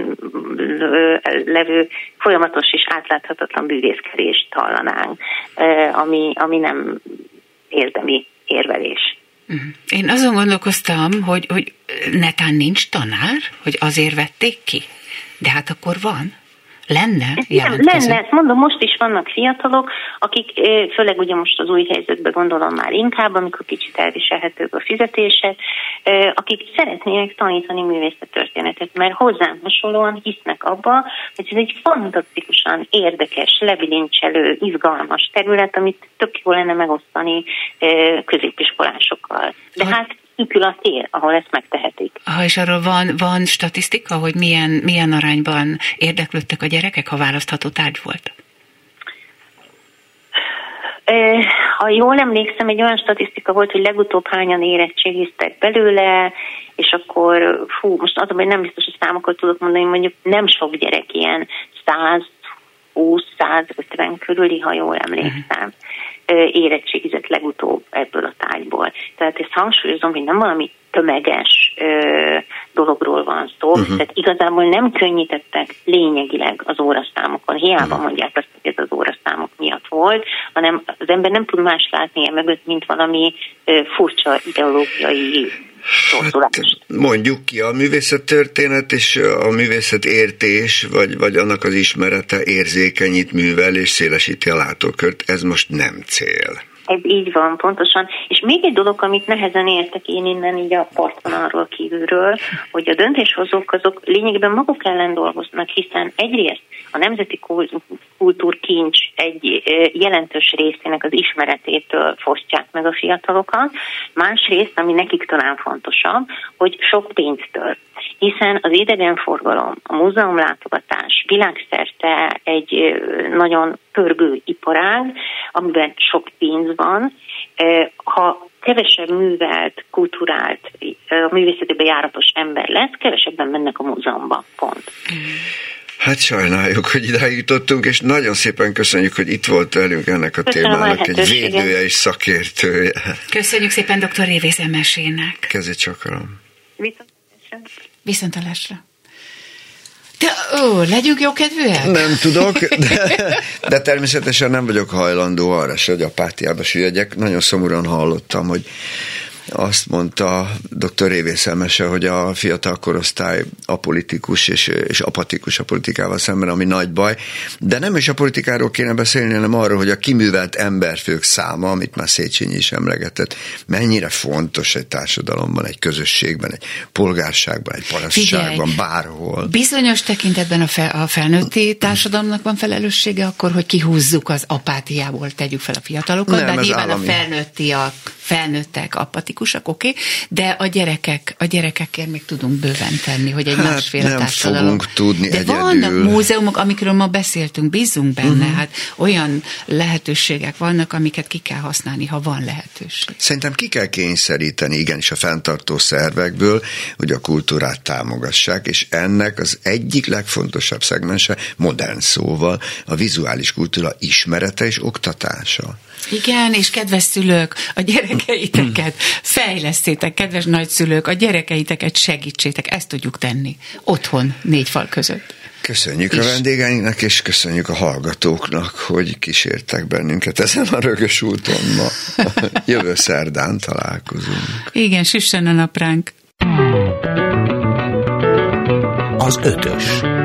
levő folyamatos és átláthatatlan bűvészkedést hallanánk, ami, ami nem érdemi érvelés. Én azon gondolkoztam, hogy, hogy netán nincs tanár, hogy azért vették ki. De hát akkor van. Lenne jelentkező. Lenne, mondom, most is vannak fiatalok, akik, főleg ugye most az új helyzetben gondolom már inkább, amikor kicsit elviselhetőbb a fizetések, akik szeretnének tanítani művészettörténetet, mert hozzám hasonlóan hisznek abba, hogy ez egy fantasztikusan érdekes, lebilincselő, izgalmas terület, amit tök jó lenne megosztani középiskolásokkal. De hát szűkül a tér, ahol ezt megtehetik. Ha és arról van, van statisztika, hogy milyen, milyen arányban érdeklődtek a gyerekek, ha választható tárgy volt? Ha jól emlékszem, egy olyan statisztika volt, hogy legutóbb hányan érettségiztek belőle, és akkor, fú, most az, hogy nem biztos, hogy számokat tudok mondani, mondjuk nem sok gyerek, ilyen száz húsz-százötven körüli, ha jól emlékszem, érettségizett legutóbb ebből a tárgyból. Tehát ezt hangsúlyozom, hogy nem valami tömeges ö, dologról van szó, uh-huh. tehát igazából nem könnyítettek lényegileg az óraszámokon. Hiába uh-huh. mondják azt, hogy ez az óraszámok miatt volt, hanem az ember nem tud más látni emögött, mint valami ö, furcsa ideológiai hát, mondjuk ki, a művészettörténet és a művészetértés, vagy, vagy annak az ismerete érzékenyít, művel és szélesíti a látókört. Ez most nem cél. Ez így van, pontosan. És még egy dolog, amit nehezen értek én innen így a partvonalról kívülről, hogy a döntéshozók azok lényegében maguk ellen dolgoznak, hiszen egyrészt a nemzeti kultúrkincs egy jelentős részének az ismeretétől fosztják meg a fiatalokat, másrészt, ami nekik talán fontosabb, hogy sok pénztől. Hiszen az idegenforgalom, a múzeumlátogatás világszerte egy nagyon pörgő iparág, amiben sok pénz van. Ha kevesebb művelt, kulturált, a művészetében járatos ember lesz, kevesebben mennek a múzeumba, pont. Hát sajnáljuk, hogy idáig jutottunk, és nagyon szépen köszönjük, hogy itt volt velünk ennek a Köszönöm témának a egy védője és szakértője. Köszönjük szépen dr. Révész em es-ének. Kezét csakarom. Viszontlátásra. De, ó, legyünk jókedvűek? Nem tudok, de, de természetesen nem vagyok hajlandó arra se, hogy apátiába süllyedjek. Nagyon szomorúan hallottam, hogy azt mondta dr. Révész em es, hogy a fiatal korosztály apolitikus és, és apatikus a politikával szemben, ami nagy baj. De nem is a politikáról kéne beszélni, hanem arról, hogy a kiművelt emberfők száma, amit már Széchenyi is emlegetett, mennyire fontos egy társadalomban, egy közösségben, egy polgárságban, egy parasztságban, Figyelj, bárhol. Bizonyos tekintetben a, fel, a felnőtti társadalomnak van felelőssége akkor, hogy kihúzzuk az apátiából, tegyük fel a fiatalokat, nem, de nyilván állami. A felnőttiak, felnőttek apatikusak, oké, okay, de a gyerekek, a gyerekekért még tudunk bőven tenni, hogy egy hát másféle nem társadalom. Fogunk tudni de egyedül. Vannak múzeumok, amikről ma beszéltünk, bízzunk benne, uh-huh. hát olyan lehetőségek vannak, amiket ki kell használni, ha van lehetőség. Szerintem ki kell kényszeríteni, igenis a fenntartó szervekből, hogy a kultúrát támogassák, és ennek az egyik legfontosabb szegmense, modern szóval, a vizuális kultúra ismerete és oktatása. Igen, és kedves szülők, a gyerekeiteket fejlesztétek, kedves nagyszülők, a gyerekeiteket segítsétek, ezt tudjuk tenni. Otthon, négy fal között. Köszönjük és... a vendégeinknek, és köszönjük a hallgatóknak, hogy kísértek bennünket ezen a rögös úton ma. Jövő szerdán találkozunk. Igen, süssen a nap ránk. Az ötös.